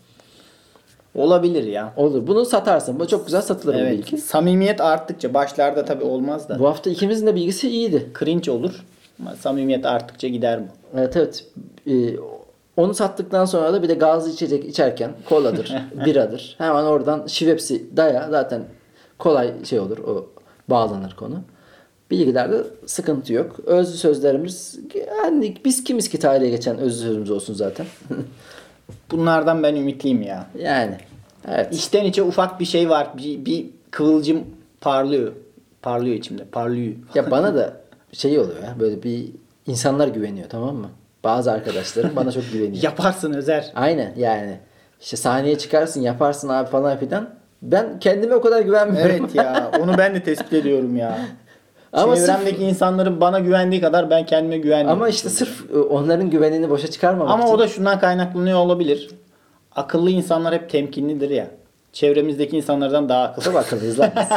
Olabilir ya. Olur. Bunu satarsın. Bu çok güzel satılır bu Evet. bilgi. Samimiyet arttıkça, başlarda tabii olmaz da. Bu hafta ikimizin de bilgisi iyiydi. Cringe olur. Ama samimiyet arttıkça gider bu. Evet evet. Onu sattıktan sonra da bir de gazlı içecek içerken koladır, biradır. Hemen oradan şivepsi daya, zaten kolay şey olur, o bağlanır konu. Bilgilerde sıkıntı yok. Özlü sözlerimiz yani biz kimiz ki tarihe geçen özlü sözümüz olsun zaten. Bunlardan ben ümitliyim ya. Yani evet. İçten içe ufak bir şey var. Bir kıvılcım parlıyor. Parlıyor içimde. Parlıyor. Ya bana da şey oluyor ya, böyle bir insanlar güveniyor, tamam mı? Bazı arkadaşlarım bana çok güveniyor. Yaparsın Özer. Aynen yani. İşte sahneye çıkarsın, yaparsın abi falan filan. Ben kendime o kadar güvenmiyorum. Evet ya. Onu ben de tespit ediyorum ya. Ama Çevremdeki insanların bana güvendiği kadar ben kendime güvenmiyorum. Ama işte sırf onların güvenini boşa çıkarmamak Ama için. o da şundan kaynaklanıyor olabilir. Akıllı insanlar hep temkinlidir ya. Çevremizdeki insanlardan daha akıllı. Çok akıllıyız lan biz.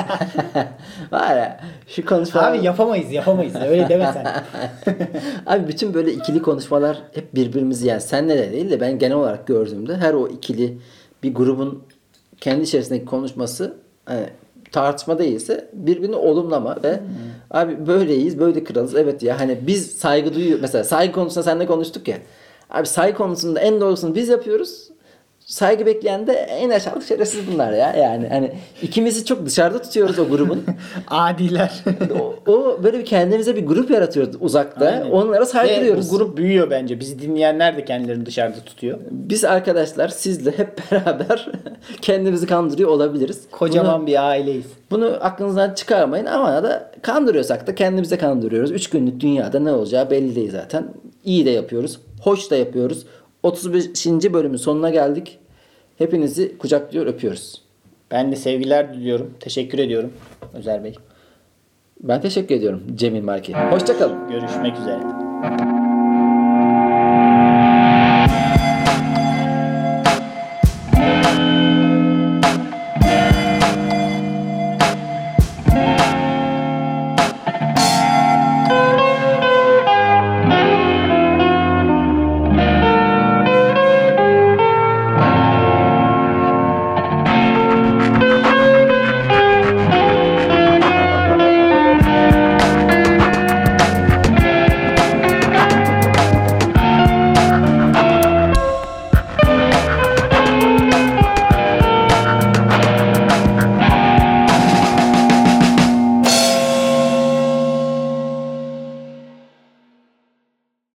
Var ya şu konuşmalar. Abi yapamayız. Öyle deme sen. Abi bütün böyle ikili konuşmalar hep birbirimizi, yani senle de değil de ben genel olarak gördüğümde her o ikili bir grubun kendi içerisindeki konuşması, hani tartışma değilse birbirini olumlama ve abi böyleyiz, böyle kralız. Evet ya, hani biz saygı duyuyor. Mesela saygı konusunda seninle konuştuk ya. Abi saygı konusunda en doğrusunu biz yapıyoruz. saygı bekleyen de en aşağılık şerefsiz bunlar ya. Yani hani ikimizi çok dışarıda tutuyoruz o grubun. Adiler. O böyle bir kendimize bir grup yaratıyoruz uzakta. Aynen. Onlara saygı Ve duyuyoruz. bu grup büyüyor bence. Bizi dinleyenler de kendilerini dışarıda tutuyor. Biz arkadaşlar sizle hep beraber kendimizi kandırıyor olabiliriz. Kocaman bir aileyiz. Bunu aklınızdan çıkarmayın ama da kandırıyorsak da kendimize kandırıyoruz. 3 günlük dünyada ne olacağı belli değil zaten. İyi de yapıyoruz. Hoş da yapıyoruz. 35. bölümün sonuna geldik. Hepinizi kucaklıyor, öpüyoruz. Ben de sevgiler diliyorum. Teşekkür ediyorum Özer Bey. Ben teşekkür ediyorum Cemil Market. Hoşça kalın. Görüşmek üzere.